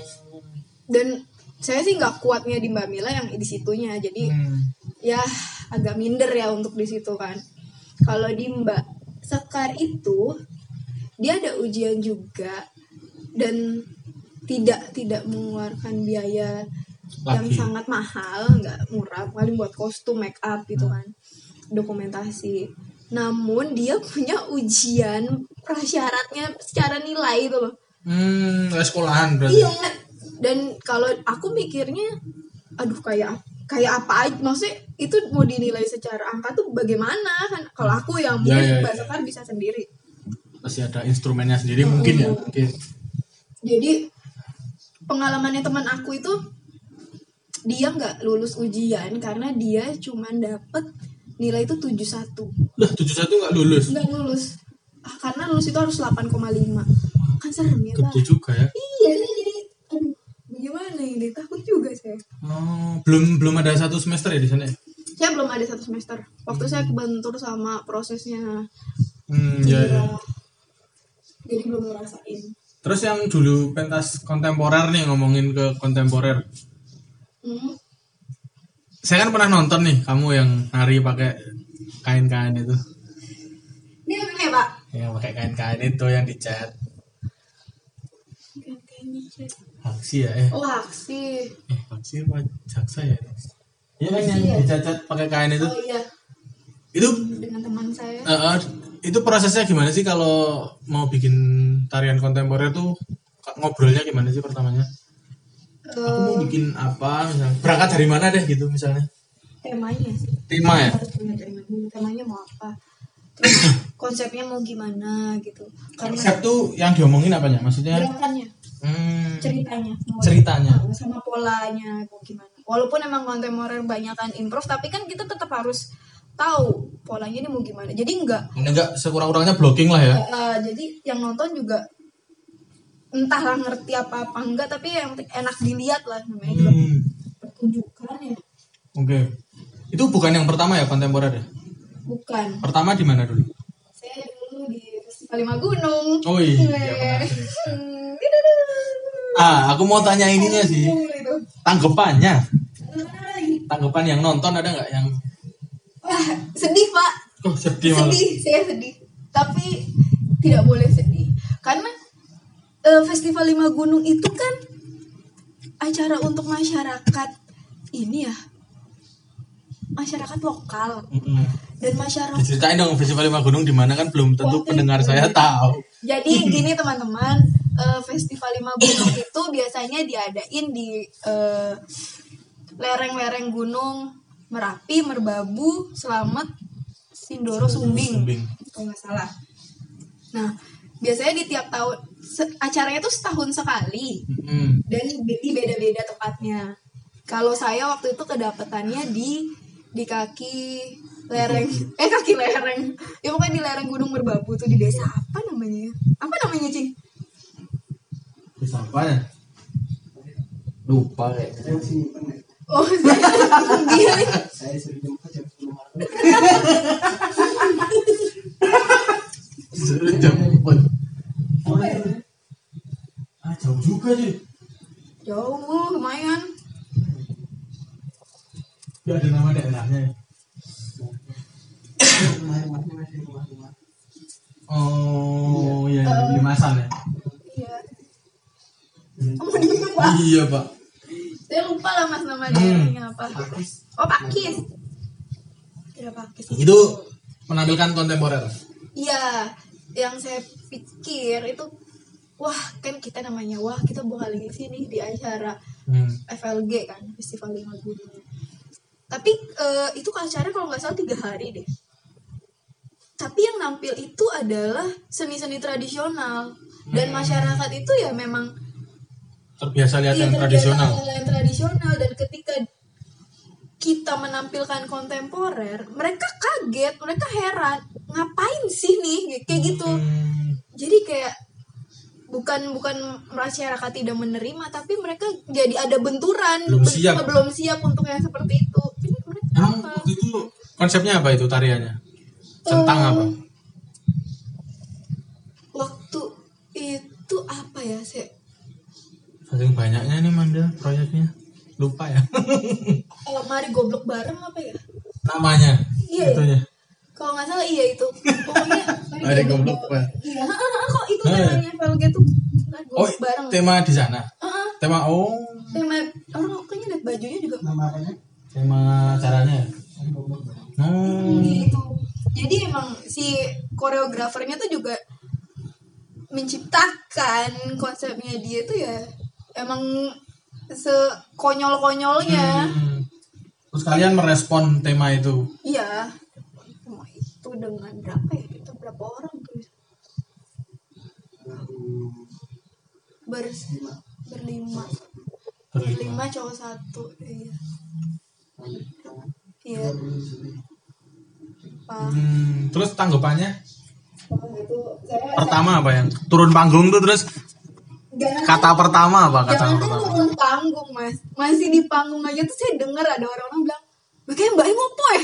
Dan saya sih nggak kuatnya di Mbak Mila yang di situnya, jadi Hmm. ya agak minder ya untuk di situ kan. Kalau di Mbak Sekar itu dia ada ujian juga, dan tidak tidak mengeluarkan biaya yang Lagi. sangat mahal, nggak murah, paling buat kostum, make up gitu kan, dokumentasi. Namun dia punya ujian prasyaratnya secara nilai itu loh. Hmm, kayak sekolahan berarti. Iya. Dan kalau aku mikirnya, aduh kayak kayak apa aja, maksudnya itu mau dinilai secara angka tuh bagaimana kan? Kalau aku yang Ya, mungkin ya, Mbak ya. Sekar bisa sendiri. Pasti ada instrumennya sendiri mungkin ya, Hmm. mungkin. Jadi pengalamannya teman aku itu, dia nggak lulus ujian karena dia cuman dapet nilai itu tujuh puluh satu. Lah, tujuh puluh satu nggak lulus. Nggak lulus. Ah, karena lulus itu harus delapan koma lima. Kan serem ya, Pak. Gede juga ya. Iya, saya jadi aduh, bagaimana ini? Takut juga saya. Oh, belum belum ada satu semester ya di sana ya? Saya belum ada satu semester. Waktu saya kebentur sama prosesnya. Hmm, ya, ya. Jadi belum ngerasain. Terus yang dulu pentas kontemporer nih, ngomongin ke kontemporer. Hmm. Saya kan pernah nonton nih kamu yang nari pakai kain-kain itu. Ini apa ya, Pak? Yang pakai kain-kain itu yang dicat. Aksi ya eh. Oh, aksi. Eh, aksi apa jaksa ya? Iya kan yang Aksi ya? dicacat pakai kain itu. Oh iya, Itu dengan teman saya. eh, eh, itu prosesnya gimana sih kalau mau bikin tarian kontemporer tuh ngobrolnya gimana sih pertamanya? Aku mau Eh, bikin apa misalnya? Berangkat dari mana deh gitu misalnya? temanya sih. Tema ya? Harus punya tema dulu. Temanya mau apa? Terus konsepnya mau gimana gitu. Karena Konsep tuh yang diomongin apanya? Maksudnya gerakannya, hmm, ceritanya, mau ceritanya. sama polanya mau gimana. Walaupun emang kontemporer banyakan improv, tapi kan kita tetap harus tahu polanya ini mau gimana. Jadi enggak Enggak sekurang-kurangnya blocking lah ya. eh, jadi yang nonton juga entahlah ngerti apa apa enggak, tapi yang penting enak dilihat lah, namanya juga Hmm, pertunjukan ya. oke. Itu bukan yang pertama ya kontemporer ya? Bukan. Pertama di mana dulu? Saya dulu di Festival Lima Gunung. Oh iya. Eh, hmm, didudu. Ah, aku mau tanya ininya sih. Itu. Tanggapannya. Mana lagi? Tanggapan yang nonton ada nggak yang Wah, sedih, Pak. oh sedih malah. Sedih, saya sedih. Tapi tidak boleh sedih. Karena eh, Festival Lima Gunung itu kan acara untuk masyarakat ini ya. Masyarakat lokal. Mm-mm. dan masyarakat. Diceritain dong Festival Lima Gunung di mana kan belum tentu Wah, pendengar saya tahu. Jadi gini teman-teman, uh, Festival Lima Gunung itu biasanya diadain di uh, lereng-lereng gunung Merapi, Merbabu, Slamet, Sindoro, Sumbing, Sumbing. kalau nggak salah. Nah, biasanya di tiap tahun se- acaranya tuh setahun sekali Hmm. dan di beda-beda tempatnya. Kalau saya waktu itu kedapetannya di di kaki lereng, eh kaki lereng, ya pokoknya di lereng Gunung Merbabu tuh di desa apa namanya? ya? Apa namanya Cing? Bisa apa ya? Lupa kayaknya. Oh, saya dia nih. Saya suruh jemput jam sepuluh malam. Suruh jemput. Apa ya? Ah jauh juga sih. Jauh, lumayan. Ya ada nama daerahnya. ya? Rumah-rumahnya masih rumah-rumah. Oh iya, iya. Limasan ya. Iya. Kamu di lupa? Iya pak. Saya lupa lah mas nama Hmm. daerahnya apa. Pakis. Oh Pakis. Ya Pakis. Itu menampilkan kontemporer. Iya, yang saya pikir itu wah kan kita namanya wah kita bakal di sini di acara Hmm. F L G kan Festival Lima Gunung. Tapi eh, itu acaranya kalau nggak salah tiga hari deh. Tapi yang nampil itu adalah seni-seni tradisional dan Hmm. masyarakat itu ya memang Terbiasa lihat iya, yang terbiasa tradisional. hal yang tradisional dan ketika kita menampilkan kontemporer, mereka kaget, mereka heran, ngapain sih nih kayak gitu. Hmm. Jadi kayak bukan bukan masyarakat tidak menerima, tapi mereka jadi ada benturan, Belum ben- siap. belum siap untuk yang seperti itu. Ini mereka Emang apa? waktu itu konsepnya apa itu tariannya? Centang Eh, apa? Waktu itu apa ya, saya Saking banyaknya nih Manda proyeknya. Lupa ya. oh, mari goblok bareng apa ya? Namanya. Iya. Itunya. Kalau nggak salah iya itu. Pokoknya Mari goblok bareng. Iya, kok itu Ah, temanya F L G tuh mari Oh, goblok bareng. tema di sana. Heeh, Tema oh, tema orang kayaknya lihat bajunya juga. Nama apanya? tema acaranya. ya? Kan goblok bareng. Oh. Gitu. Jadi emang si koreografernya tuh juga menciptakan konsepnya dia tuh ya emang sekonyol-konyolnya. Hmm. Terus kalian merespon tema itu. Iya. Cuma itu dengan berapa ya? Kita berapa orang tuh? Ber Lima. berlima. Berlima. Berlima cowok satu. Iya. Iya. Pak. Hmm. Terus tanggapannya Oh, itu saya pertama apa yang turun panggung tuh terus Jangan- kata pertama apa kata Jangan pertama? turun panggung mas, masih di panggung aja tuh saya dengar ada orang-orang bilang, makanya mbak mau poe.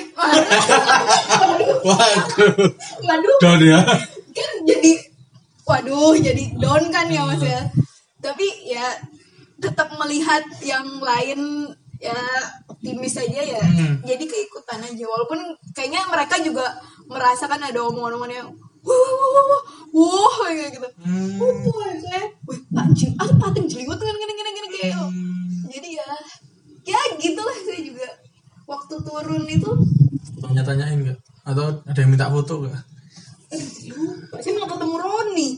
Waduh. Waduh, Don ya. kan jadi, waduh, jadi down kan ya mas ya. Tapi ya tetap melihat yang lain ya optimis aja ya. Hmm. Jadi keikutan aja, walaupun kayaknya mereka juga merasakan ada omongan-omongan yang wah wah wah wah wah kayak gitu. Hmm. Oh poe kayak, wih anjing, ah pating jeliwet kan gini gini gini kayak. Jadi ya ya gitulah saya juga waktu turun itu Tanya-tanyain nggak? Atau ada yang minta foto nggak? eh, lupa saya mau ketemu Roni.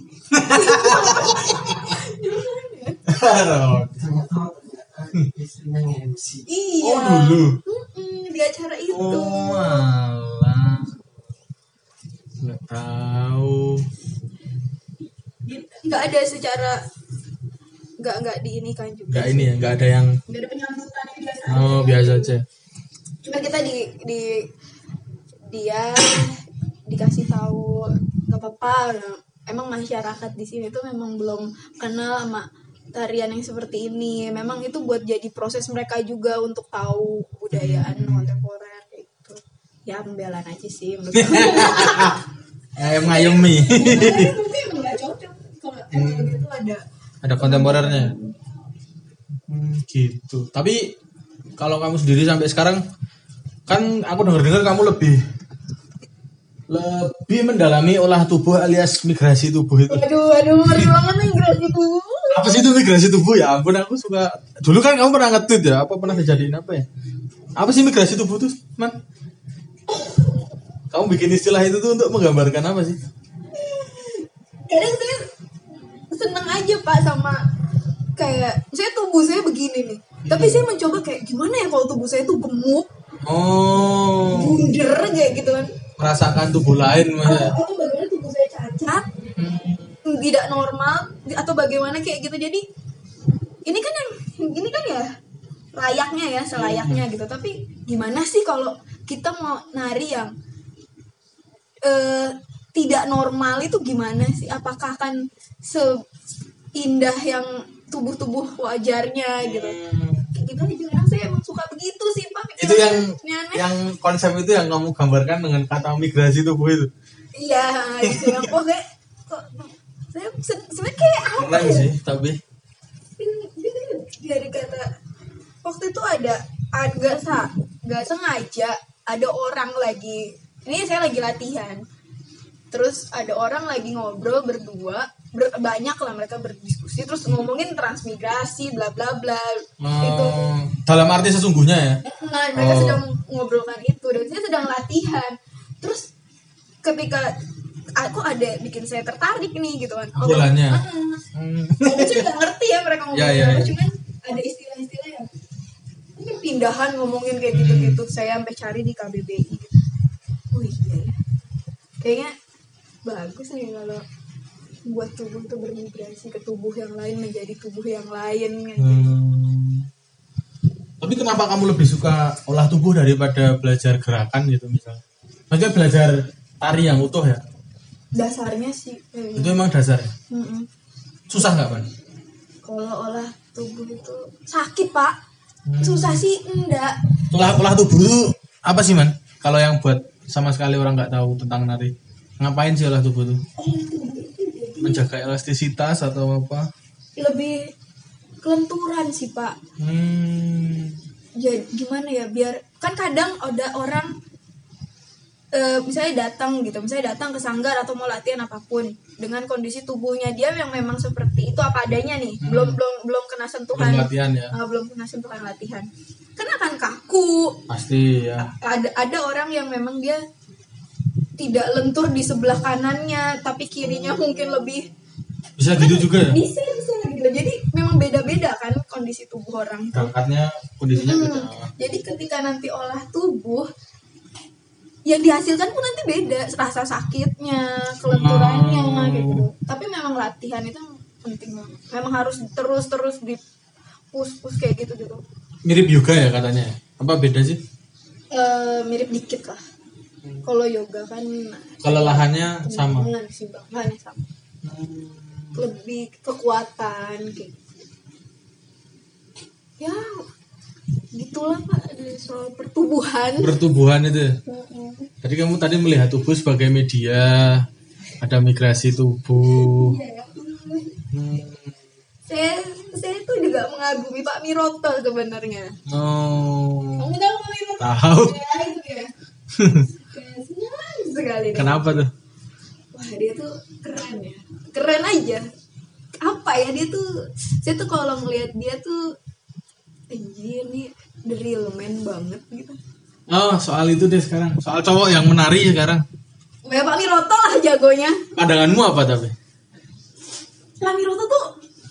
Ternyata istrinya nge-M C. Iya. Oh, dulu. Mm-mm, di acara itu. Oh malah nggak tahu. Nggak ada secara nggak nggak di ini kan juga. Nggak ini ya, nggak ada yang Nggak ada penyambutan yang biasa. oh biasa aja. Cuma kita di di dia dikasih tahu nggak apa-apa. Emang masyarakat di sini tuh memang belum kenal sama tarian yang seperti ini. Memang itu buat jadi proses mereka juga untuk tahu budayaan kontemporer gitu. Ya pembelaan aja sih menurut aku. Ayam ngayemi. Tapi emang nggak cocok kalau emang gitu ada. Ada kontemporernya. Hmm, gitu. Tapi kalau kamu sendiri sampai sekarang kan aku dengar-dengar kamu lebih lebih mendalami olah tubuh alias migrasi tubuh itu. Aduh, aduh, ngeri banget nih gerasi tubuh. Apa sih itu migrasi tubuh ya? Ampun aku suka. Dulu kan kamu pernah nge-tweet ya? Apa pernah dijadiin apa ya? Apa sih migrasi tubuh tuh, Man? Kamu bikin istilah itu tuh untuk menggambarkan apa sih? Kadang saya seneng aja Pak sama kayak saya tubuh saya begini nih. Tapi saya mencoba kayak gimana ya kalau tubuh saya tuh gemuk, Oh, bunder kayak gitu kan. merasakan tubuh lain mas ya. Atau bagaimana tubuh saya cacat, tidak normal atau bagaimana kayak gitu. Jadi ini kan yang ini kan ya layaknya ya selayaknya gitu. Tapi gimana sih kalau kita mau nari yang eh, tidak normal itu gimana sih? Apakah akan seindah yang tubuh-tubuh wajarnya gitu? Kayak gitu aja. Kadang saya emang suka begitu sih Pak. Itu yang Aneh. yang konsep itu yang kamu gambarkan dengan kata migrasi tubuh itu. Iya gitu yang kok kayak kok saya se- sebenarnya kayak apa Keren ya? sih, tapi Ini- ini dari kata waktu itu ada agak sa nggak sengaja ada orang lagi ini saya lagi latihan terus ada orang lagi ngobrol berdua ber- banyak lah mereka berdiskusi terus ngomongin transmigrasi bla bla bla itu oh, dalam arti sesungguhnya ya. nah, mereka Oh. sedang mengobrolkan itu dan saya sedang latihan terus ketika aku ada bikin saya tertarik nih gitu kan Obrolannya. Heeh. Hmm. Aku sih nggak ngerti ya mereka ngomongin Ya, ya, apa, ya. cuman ada istilah-istilah yang mungkin pindahan ngomongin kayak gitu-gitu. Saya sampai cari di K B B I. Gitu. Oh iya ya. Kayaknya bagus nih kalau buat tubuh tuh bermigrasi ke tubuh yang lain menjadi tubuh yang lain. Kan. Hmm. Tapi kenapa kamu lebih suka olah tubuh daripada belajar gerakan gitu misalnya? Maksudnya belajar tari yang utuh ya? Dasarnya sih. kayaknya. Itu emang dasar. Mm-mm. Susah nggak Pan? Kalau olah tubuh itu sakit pak. Susah sih enggak. Olah olah tubuh itu apa sih man? Kalau yang buat sama sekali orang nggak tahu tentang nari, ngapain sih olah tubuh itu? Olah tubuh itu jadi Menjaga elastisitas atau apa? lebih kelenturan sih pak. Hmm. Ya gimana ya biar kan kadang ada orang eh, misalnya datang gitu misalnya datang ke sanggar atau mau latihan apapun dengan kondisi tubuhnya dia yang memang seperti itu apa adanya nih Hmm. belum belum belum kena sentuhan Belum latihan ya? ah, belum kena sentuhan latihan kan akan kaku Pasti ya. ada ada orang yang memang dia tidak lentur di sebelah kanannya tapi kirinya mungkin lebih Bisa gitu juga ya? bisa bisa gitu jadi memang beda-beda kan kondisi tubuh orang itu. Berangkatnya kondisinya Hmm, beda. Jadi ketika nanti olah tubuh yang dihasilkan pun nanti beda rasa sakitnya, kelenturannya Hmm. kayak gitu. Tapi memang latihan itu penting banget. Memang harus terus-terus di push-push kayak gitu gitu. Mirip yoga ya katanya. Apa beda sih? Eh, mirip dikit lah. Kalau yoga kan Kelelahannya sama. Dengan keseimbangannya sama. Lebih kekuatan kayak gitu. Ya gitulah Pak dari soal pertubuhan. Pertubuhan itu. ya? Mm-mm. Jadi kamu tadi melihat tubuh sebagai media, ada migrasi tubuh. Iya, ya. Hmm. Saya saya tuh juga mengagumi Pak Miroto sebenarnya. Oh. Kamu tahu Pak Miroto? Tahu. Ya, itu ya. Kayak senang sekali. deh. Kenapa tuh? Wah dia tuh keren ya. Keren aja. Apa ya dia tuh? Saya tuh kalau ngelihat dia tuh, anjir nih the real man banget gitu. Oh, soal itu deh sekarang. Soal cowok yang menari sekarang. Ya Pak Miroto lah jagonya. Pandanganmu apa tapi? Pak Miroto tuh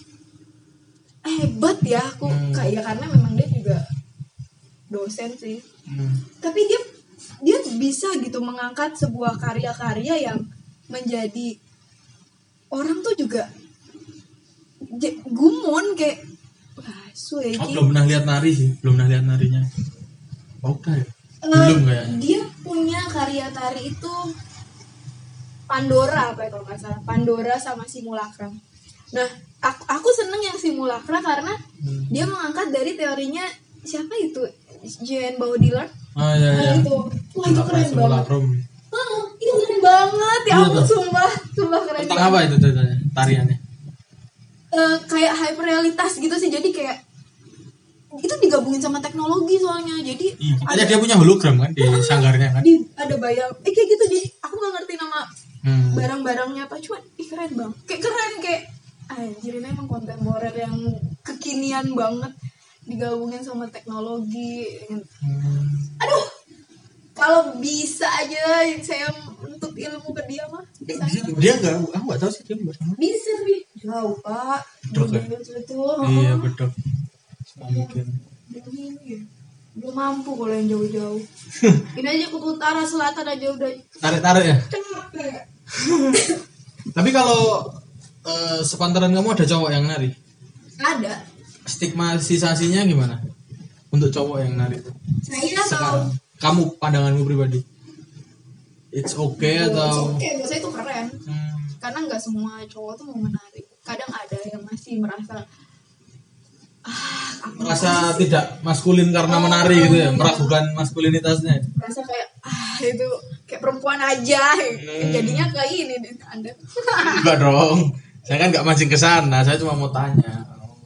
hebat ya aku Hmm. kayak karena memang dia juga dosen sih. Hmm. Tapi dia dia bisa gitu mengangkat sebuah karya-karya yang menjadi orang tuh juga j- gumun kayak wah suwe Oh, iki. belum pernah lihat nari sih, belum pernah lihat narinya. Oh, udah ya? Eh, Belum kayaknya. dia punya karya tari itu Pandora apa ya kalau nggak salah Pandora sama Simulacra. Nah aku, aku seneng yang Simulacra karena Hmm. dia mengangkat dari teorinya siapa itu Jean Baudrillard. Oh iya iya. Nah, itu wah itu keren banget. Simulacrum. Ah, itu keren banget ya Iya ampun tuh. sumpah sumpah keren Tentang banget. apa itu ceritanya? Tariannya? Eh, kayak hyperrealitas gitu sih jadi kayak itu digabungin sama teknologi soalnya jadi Iya, katanya dia punya hologram kan di sanggarnya kan? di ada bayang eh kayak gitu jadi aku nggak ngerti nama Hmm. barang-barangnya apa cuma ih keren bang kayak keren kayak anjir ini emang kontemporer yang kekinian banget digabungin sama teknologi Hmm. aduh K kalau bisa aja saya untuk ilmu ke dia mah bisa. Dia enggak, aku enggak tahu sih dia bahasa mana. Bisa tapi jauh pak. Bedok ya? Itu. Iya, bedok. Mungkin. Ini belum mampu kalau yang jauh-jauh. Ini aja ke utara selatan aja udah Tarik-tarik ya. capek. Tapi kalau eh, sepantaran kamu ada cowok yang nari, Ada. stigmatisasinya gimana untuk cowok yang nari itu? Saya Sekarang, tahu. kamu pandanganmu pribadi, it's okay atau? Oke, buat saya itu keren. Hmm, Karena nggak semua cowok tuh mau menari. Kadang ada yang masih merasa ah, aku merasa tidak maskulin karena menari gitu ya, meragukan maskulinitasnya. merasa kayak ah itu kayak perempuan aja. Hmm. Jadinya kayak ini deh Anda. Enggak dong, saya kan nggak mancing ke sana, saya cuma mau tanya.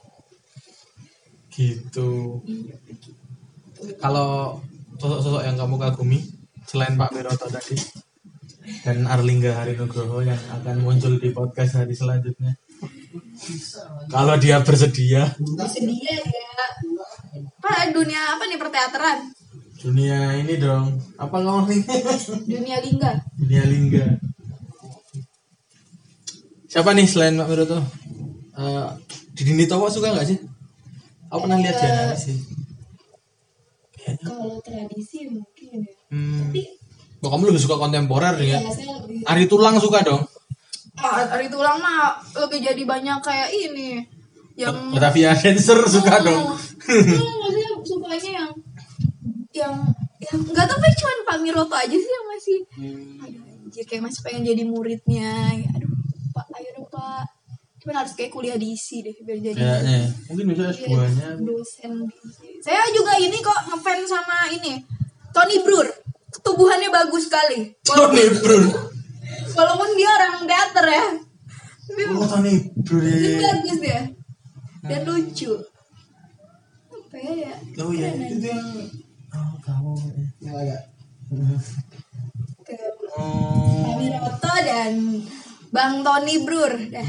Gitu. Kalau sosok-sosok yang kamu kagumi selain Pak Wiroto tadi dan Arlingga Harinugroho yang akan muncul di podcast hari selanjutnya, kalau dia bersedia, Bersedia ya. Pak dunia apa nih perteateran? dunia ini dong, apa ngomongnya? Dunia lingga. Dunia lingga. Siapa nih selain Pak Wiroto? Uh, Didi Towo suka nggak sih? Aku pernah lihat dia nari sih. Kayaknya. Kalau tradisi mungkin ya. Hmm. Tapi Oh, kamu lebih suka kontemporer ya? ya saya lebih Ari Tulang suka dong? ah, hari tulang mah lebih jadi banyak kayak ini yang Batavia Dancer suka dong? Hmm, maksudnya sukanya yang yang yang nggak tahu cuma Pak Wiroto aja sih yang masih aduh anjir kayak masih pengen jadi muridnya. Aduh Pak ayo dong Pak. Cuman harus kayak kuliah di I S I deh biar jadi Kayaknya ya. Mungkin bisa S dua nya. dosen di I S I. Saya juga ini kok ngefans sama ini Tony Brur. Tubuhannya bagus sekali. Tony Brun. Walaupun dia orang teater ya. Tapi Oh Tony Brun. tapi bagus dia. Dan lucu. Apa ya? Oh iya. Keren Itu aja. yang oh kamu. Ya agak. Ke Oh. Pak Wiroto dan Bang Tony Brur. Dah.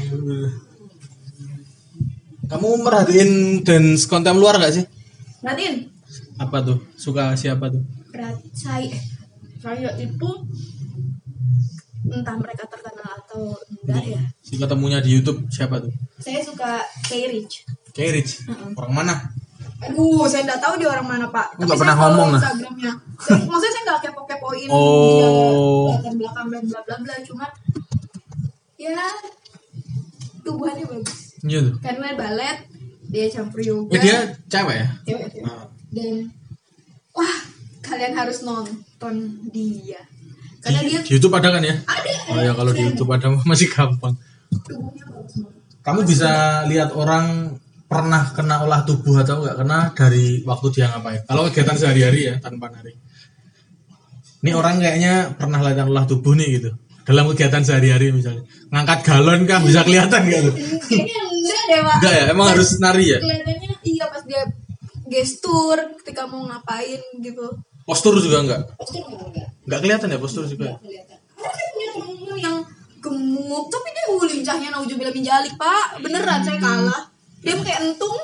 Kamu merhatiin dance kontem luar gak sih? Perhatiin. Apa tuh? Suka siapa tuh? Berat saya. Saya itu entah mereka terkenal atau enggak ya. Si ketemunya di YouTube siapa tuh? Saya suka K-Rich. K-Rich. Orang mana? Aduh, saya nggak tahu dia orang mana Pak. Nggak Tapi pernah saya follow ngomong, nah. Instagramnya. Saya, maksudnya saya nggak kepo-kepoin Oh. dia latar belakang dan bla bla bla. Cuma ya tubuhannya bagus. Iya tuh. Karena balet dia campur yoga. Ya dia cewek ya? Cewek, cewek. Ah. Dan wah kalian harus nonton dia. Karena Di, dia di YouTube ada kan ya? ada. Oh ya kalau di YouTube ada masih gampang. Tubuhnya bagus banget. Kamu bisa lihat orang pernah kena olah tubuh atau enggak kena dari waktu dia ngapain. Kalau kegiatan sehari-hari ya tanpa nari. Ini orang kayaknya pernah latihan olah tubuh nih gitu. Dalam kegiatan sehari-hari misalnya. Ngangkat galon kah bisa kelihatan enggak tuh? Kayaknya enggak deh Pak. Enggak ya, emang harus nari ya? Kelihatannya iya pas dia gestur ketika mau ngapain gitu. Postur juga enggak? Postur enggak enggak. Enggak kelihatan ya postur juga. Enggak kelihatan. Karena saya punya temen yang gemuk tapi dia uh, lincahnya naujubillah min jalik Pak. Beneran saya kalah. Dia kayak entung.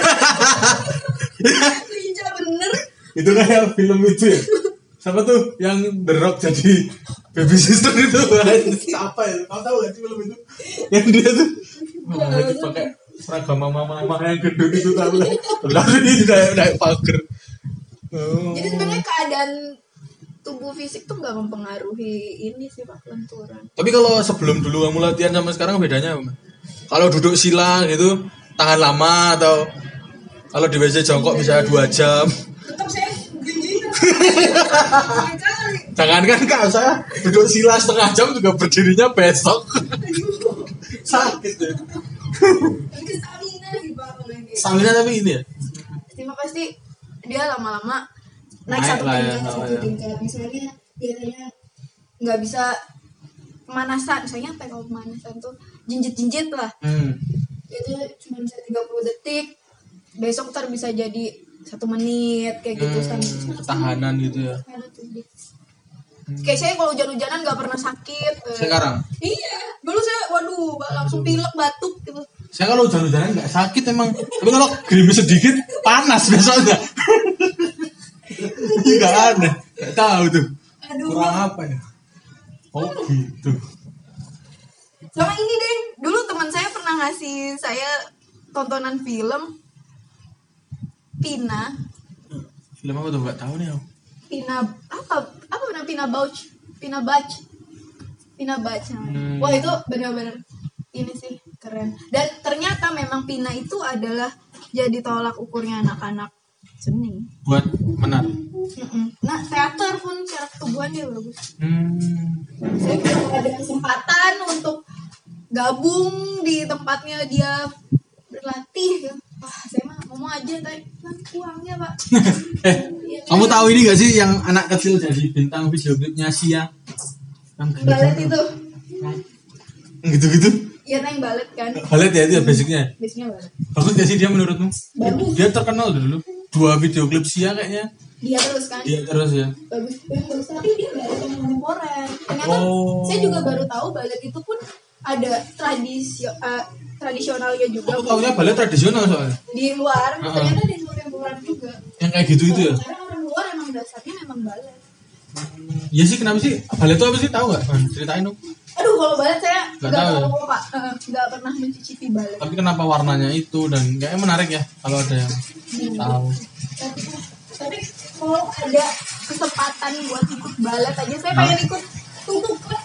Lincah bener. Itu kayak film itu ya. Siapa tuh yang The Rock jadi baby sister itu? Siapa ya? Kamu tahu gak sih film itu? Yang dia tuh wah, itu pakai seragam mama-mama yang gendut itu tahu lah. Lalu dia naik naik pagar. Oh. Jadi sebenarnya keadaan tubuh fisik tuh nggak mempengaruhi ini sih Pak lenturan. Tapi kalau sebelum dulu kamu latihan sama sekarang bedanya apa? Kalau duduk sila gitu tahan lama atau kalau di W C jongkok bisa dua jam. Tetap saya gini. Jangan kan kak saya duduk sila setengah jam juga berdirinya besok. Sakit ya. Itu stamina sih Pak kalau yang kayak Stamina tapi ini ya. Stamina pasti dia lama-lama naik, Naik satu lah ya, tingkat oh satu ya. tingkat misalnya biasanya nggak bisa pemanasan misalnya apa ya kalau pemanasan tuh jinjit-jinjit lah Hmm. itu cuma bisa tiga puluh detik besok ntar bisa jadi satu menit kayak gitu Hmm, stamina. ketahanan gitu ya. Ada tuh, dia. Kayak saya kalau hujan-hujanan nggak pernah sakit. eh. Sekarang Iya, dulu saya waduh langsung pilek batuk gitu. saya kalau hujan-hujanan nggak sakit emang, tapi kalau gerimis sedikit panas besoknya. Nggak aneh. Gak tahu tuh. Aduh. Kurang apa ya? Oh gitu. Sama ini deh, dulu teman saya pernah ngasih saya tontonan film Pina. Film apa tuh nggak tahu nih aku. Pina apa? Apa benar Pina Bauch? Pina Bach. Pina Bach. Hmm. Wah, itu benar-benar ini sih keren. Dan ternyata memang Pina itu adalah jadi tolak ukurnya anak-anak seni. Buat menari. Mm-mm. Nah, teater pun secara ketubuhannya bagus. Hmm. Saya belum ada kesempatan untuk gabung di tempatnya dia berlatih. Wah, saya mah ngomong aja tadi kan uangnya pak. eh, kamu tahu ini gak sih yang anak kecil jadi bintang video klipnya Sia? Yang Balet itu. gitu-gitu. Iya, yang balet kan. Balet ya itu ya basicnya. Biasanya balet. Bagus gak sih dia menurutmu? Bagus. Dia terkenal dulu. Dua video klip Sia kayaknya. Dia terus kan. Iya terus ya. Bagus, bagus. Tapi dia balet yang kontemporer. Ternyata Oh. saya juga baru tahu balet itu pun ada tradisi uh, tradisionalnya juga. Aku tahunya balet tradisional soalnya. Di luar, Uh-uh. ternyata ada yang kontemporer juga. Yang kayak gitu itu ya. Karena orang luar emang dasarnya memang balet. Iya sih kenapa sih? Balet itu apa sih tahu nggak? Man, ceritain dong. Aduh, kalau balet saya Nggak nggak tahu tahu ya? pak, Eh, nggak pernah mencicipi balet. Tapi kenapa warnanya itu dan kayaknya menarik ya kalau ada yang tahu. Tapi, tapi kalau ada kesempatan buat ikut balet aja, saya pengen ikut tutup klub.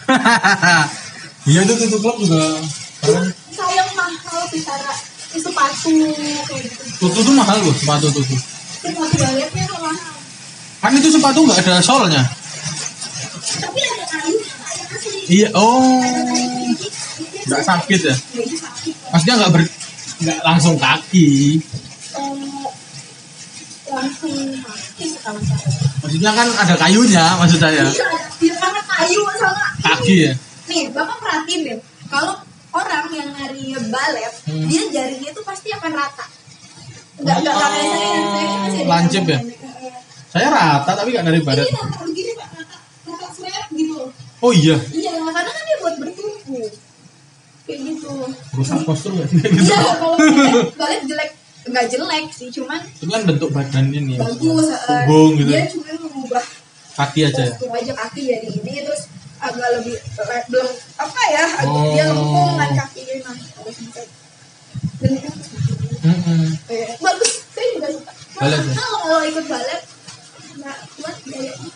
Iya itu tutup klub juga keren. Sayang mahal secara sepatu kayak gitu. Tutu tuh mahal loh sepatu tutu. Sepatu baletnya tuh mahal. Kan itu sepatu nggak ada solnya. Tapi ada kayu kayak asli. Iya oh. Ada kayu dikit, Nggak sakit ya? ya itu sakit. Maksudnya nggak ber nggak langsung kaki. Eh, langsung kaki sekarang saya. Maksudnya kan ada kayunya maksud saya. Iya, di mana kayu sama Kaki ya. nih, Bapak perhatiin deh. Kalau orang yang nari balet, Hmm. dia jarinya itu pasti akan rata. Enggak enggak kayak saya, saya kan masih ada Lancip ya? yang pendek. Saya rata tapi nggak dari balet. Ini rata begini Pak, rata rata seret gitu. Oh iya. Iya, karena kan dia buat bertumpu. Kayak gitu. Rusak postur nggak sih? Iya, kalau balet, balet jelek enggak jelek sih, cuman Itu kan bentuk badan ini ya. bagus. eh, Punggung gitu. Dia cuma mengubah Kaki aja ya. postur aja kaki jadi ini terus agak lebih le- belum apa ya, agak Oh. dia lempung kan kakinya nah harus bisa. Dan itu Mm-mm. eh, bagus, saya juga suka. Balet ya? Kalau kalau ikut balet nggak kuat gayanya.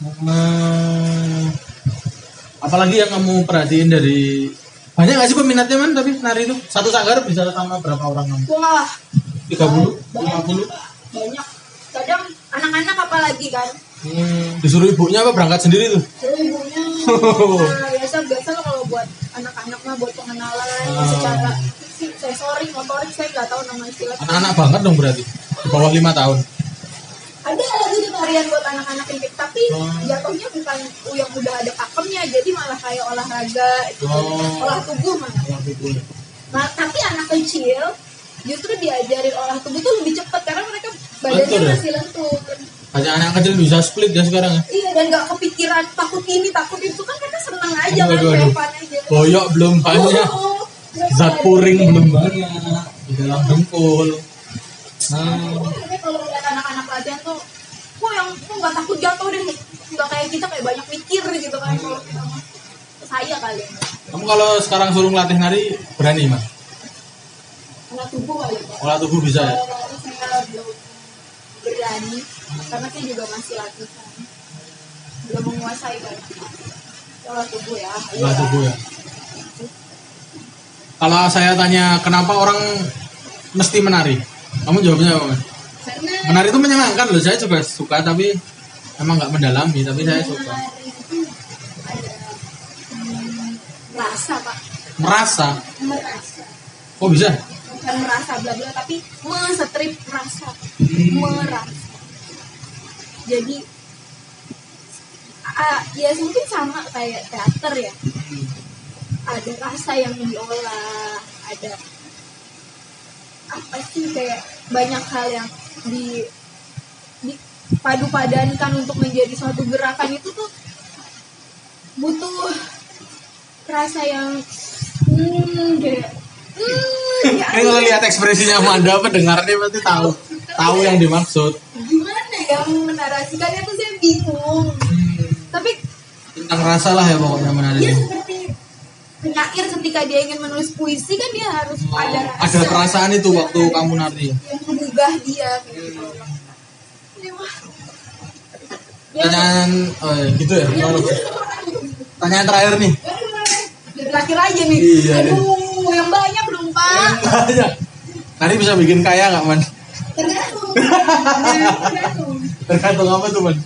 Hmm. Apalagi yang kamu perhatiin dari banyak nggak sih peminatnya man tapi nari itu satu sanggar bisa sama berapa orang kamu? Wah, tiga puluh, lima banyak, puluh. banyak. Kadang anak-anak apalagi kan, Hmm. Disuruh ibunya apa berangkat sendiri tuh? jadi ibunya nah, biasa biasa lo kalau buat anak-anak mah buat pengenalan Ah. secara sensori motorik saya nggak tahu nama istilah. Anak-anak banget dong berarti di bawah lima tahun. Ada lagi tuh tarian buat anak-anak yang kecil, tapi Oh. jatuhnya bukan yang udah ada pakemnya, jadi malah kayak olahraga, itu Oh. olah tubuh malah. Nah, tapi anak kecil justru diajarin olah tubuh tuh lebih cepat karena mereka badannya Lentur ya? masih lentur. Banyak anak kecil bisa split ya sekarang ya. Iya, dan nggak kepikiran takut ini takut itu kan mereka seneng aja kan, Aduh, aduh. kayak fun aja. Boyok belum banyak, Oh, zat puring belum banyak di dalam dengkul. Nah, Makanya kalau lihat anak-anak latihan tuh, kok yang kok nggak takut jatuh deh, nggak kayak kita kayak banyak mikir gitu kan kalau kita mah. Saya kali. kamu kalau sekarang suruh ngelatih nari berani mah? Olah tubuh kali Pak. Olah tubuh bisa ya? Kalau saya belum berani, karena saya juga masih latihan, belum menguasai kan. Olah tubuh ya. Olah tubuh ya. Kalau saya tanya kenapa orang mesti menari, kamu jawabnya apa? Mas? Karena Menari itu menyenangkan loh, saya juga suka tapi emang nggak mendalami, tapi saya suka. menari itu ada hmm, rasa Pak, Merasa, merasa. kok bisa? Bukan merasa bla bla, tapi mesetrip rasa, Hmm. merasa. Jadi ah, ya mungkin sama kayak teater ya. Ada rasa yang diolah, ada apa sih kayak banyak hal yang di dipadu-padankan untuk menjadi suatu gerakan itu tuh butuh rasa yang hmm, kayak hmm, ya, Ini kalau lihat ekspresinya Amanda pendengarnya pasti tahu, tahu yang dimaksud. gimana ya yang menarasikannya tuh saya bingung. Tapi Tentang rasa lah ya pokoknya menari. dia seperti penyair ketika dia ingin menulis puisi kan dia harus Oh, ada rasa. ada perasaan itu waktu kamu nari. Yang menggugah dia gitu. Ini mah. Ya, Pertanyaan oh, ya, gitu ya. ya, Lalu, pertanyaan terakhir nih. terakhir aja nih. Iya, Aduh, yang banyak dong, Pak. Banyak. Nari bisa bikin kaya nggak, Man? Tergantung. Tergantung. Tergantung apa tuh, Man?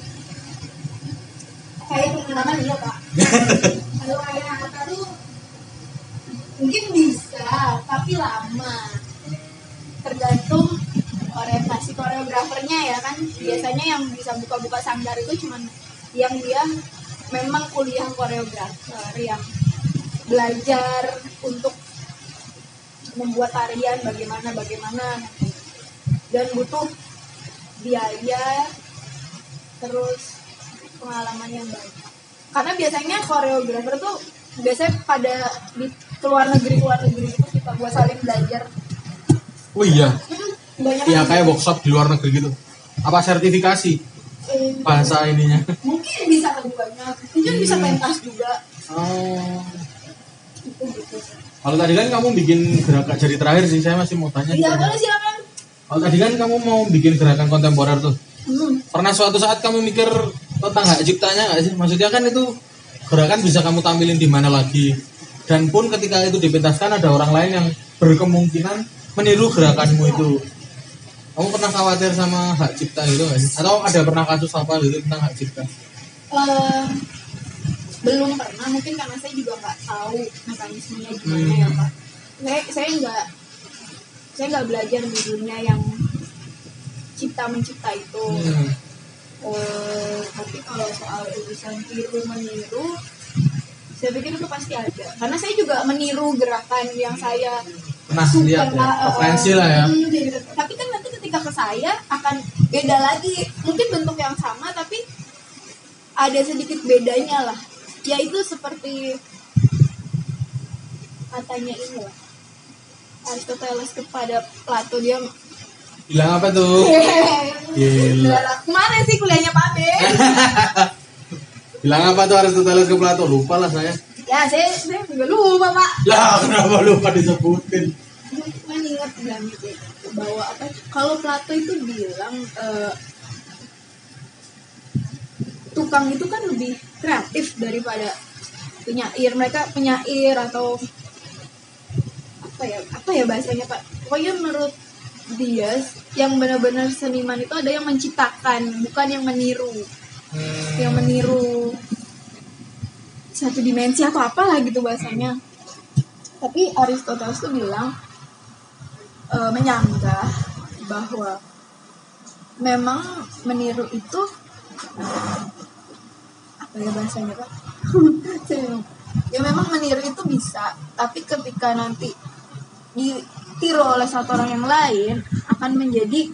Kayak pengalaman iya, Pak. Kalau kayak apa tuh mungkin bisa, tapi lama. Tergantung orientasi koreografernya ya kan. Biasanya yang bisa buka-buka sanggar itu cuman yang dia memang kuliah koreografer yang belajar untuk membuat tarian bagaimana bagaimana dan butuh biaya terus pengalaman yang banyak. Karena biasanya koreografer tuh biasanya pada di keluar negeri keluar negeri itu kita buat saling belajar. Oh iya. Banyak Iya kan? kayak workshop di luar negeri gitu. Apa sertifikasi Eh, bahasa ininya? mungkin bisa keduanya. Mungkin bisa pentas juga. Oh. Itu gitu. Kalau tadi kan kamu bikin gerakan jadi terakhir sih saya masih mau tanya. Iya boleh silakan. Kalau tadi kan kamu mau bikin gerakan kontemporer tuh. Hmm. Pernah suatu saat kamu mikir tentang hak ciptanya nggak sih? Maksudnya kan itu gerakan bisa kamu tampilin di mana lagi. Dan pun ketika itu dipentaskan ada orang lain yang berkemungkinan meniru gerakanmu itu. Kamu pernah khawatir sama hak cipta gitu nggak sih? Atau ada pernah kasus apa gitu tentang hak cipta? Eh, belum pernah mungkin karena saya juga nggak tahu mekanismenya gimana ya Pak. Saya saya nggak saya nggak belajar di dunia yang cipta mencipta itu. Hmm. Eh, tapi kalau soal urusan tiru meniru, saya pikir itu pasti ada. Karena saya juga meniru gerakan yang saya Pernah suka, lihat ya? eh, Referensi lah ya. hmm, gitu. Tapi kan nanti ketika ke saya akan beda lagi. Mungkin bentuk yang sama tapi ada sedikit bedanya lah. Yaitu seperti katanya ini lah. Aristoteles kepada Plato dia Bilang apa tuh? Gila. kemana sih kuliahnya Pak B? Bilang apa tuh Aristoteles ke Plato? Lupa lah saya. Ya saya saya juga lupa Pak. Lah kenapa lupa disebutin? Cuma ingat bilang gitu bahwa apa? Kalau Plato itu bilang eh, tukang itu kan lebih kreatif daripada penyair. Mereka penyair atau apa ya? Apa ya bahasanya Pak? Pokoknya menurut dia yang benar-benar seniman itu ada yang menciptakan, bukan yang meniru. Hmm. Yang meniru satu dimensi atau apalah gitu bahasanya. Tapi Aristoteles tuh bilang e, menyanggah bahwa memang meniru itu apa ya bahasanya Pak? Ya memang meniru itu bisa, tapi ketika nanti ditiru oleh satu orang yang lain akan menjadi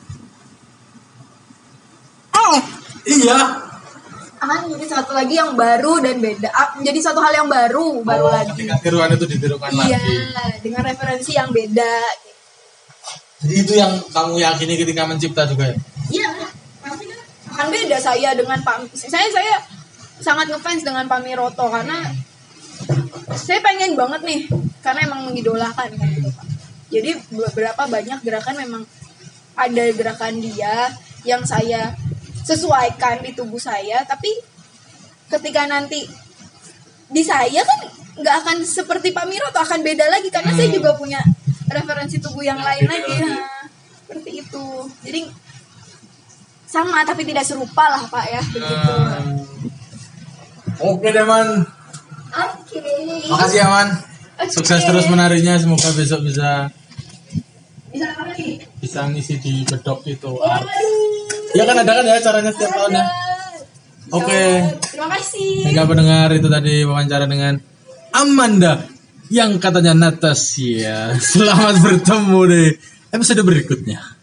eh Iya. akan menjadi satu lagi yang baru dan beda, ah, menjadi satu hal yang baru baru Oh, lagi. ketika tiruan itu ditirukan Iya, lagi. dengan referensi yang beda. Jadi itu yang kamu yakini ketika mencipta juga ya? Iya, pasti kan akan beda saya dengan Pak. Saya saya sangat ngefans dengan Pak Miroto karena saya pengen banget nih, karena emang mengidolakan kan gitu Pak. Jadi beberapa banyak gerakan memang ada gerakan dia yang saya sesuaikan di tubuh saya, tapi ketika nanti di saya kan nggak akan seperti Pak Miroto, akan beda lagi karena Hmm. saya juga punya referensi tubuh yang lain Beda lagi. lagi. Nah, seperti itu. Jadi sama tapi tidak serupa lah Pak ya begitu. Hmm. Oke deh Man. Oke. Makasih ya Man. Oke. Sukses terus menarinya. Semoga besok bisa Bisa apa lagi? bisa ngisi di bedok itu. Waduh. Ya kan ada kan ya caranya setiap tahun ya. Oke. Terima kasih. Enggak pendengar itu tadi wawancara dengan Amanda yang katanya Natasha. Selamat bertemu di episode berikutnya.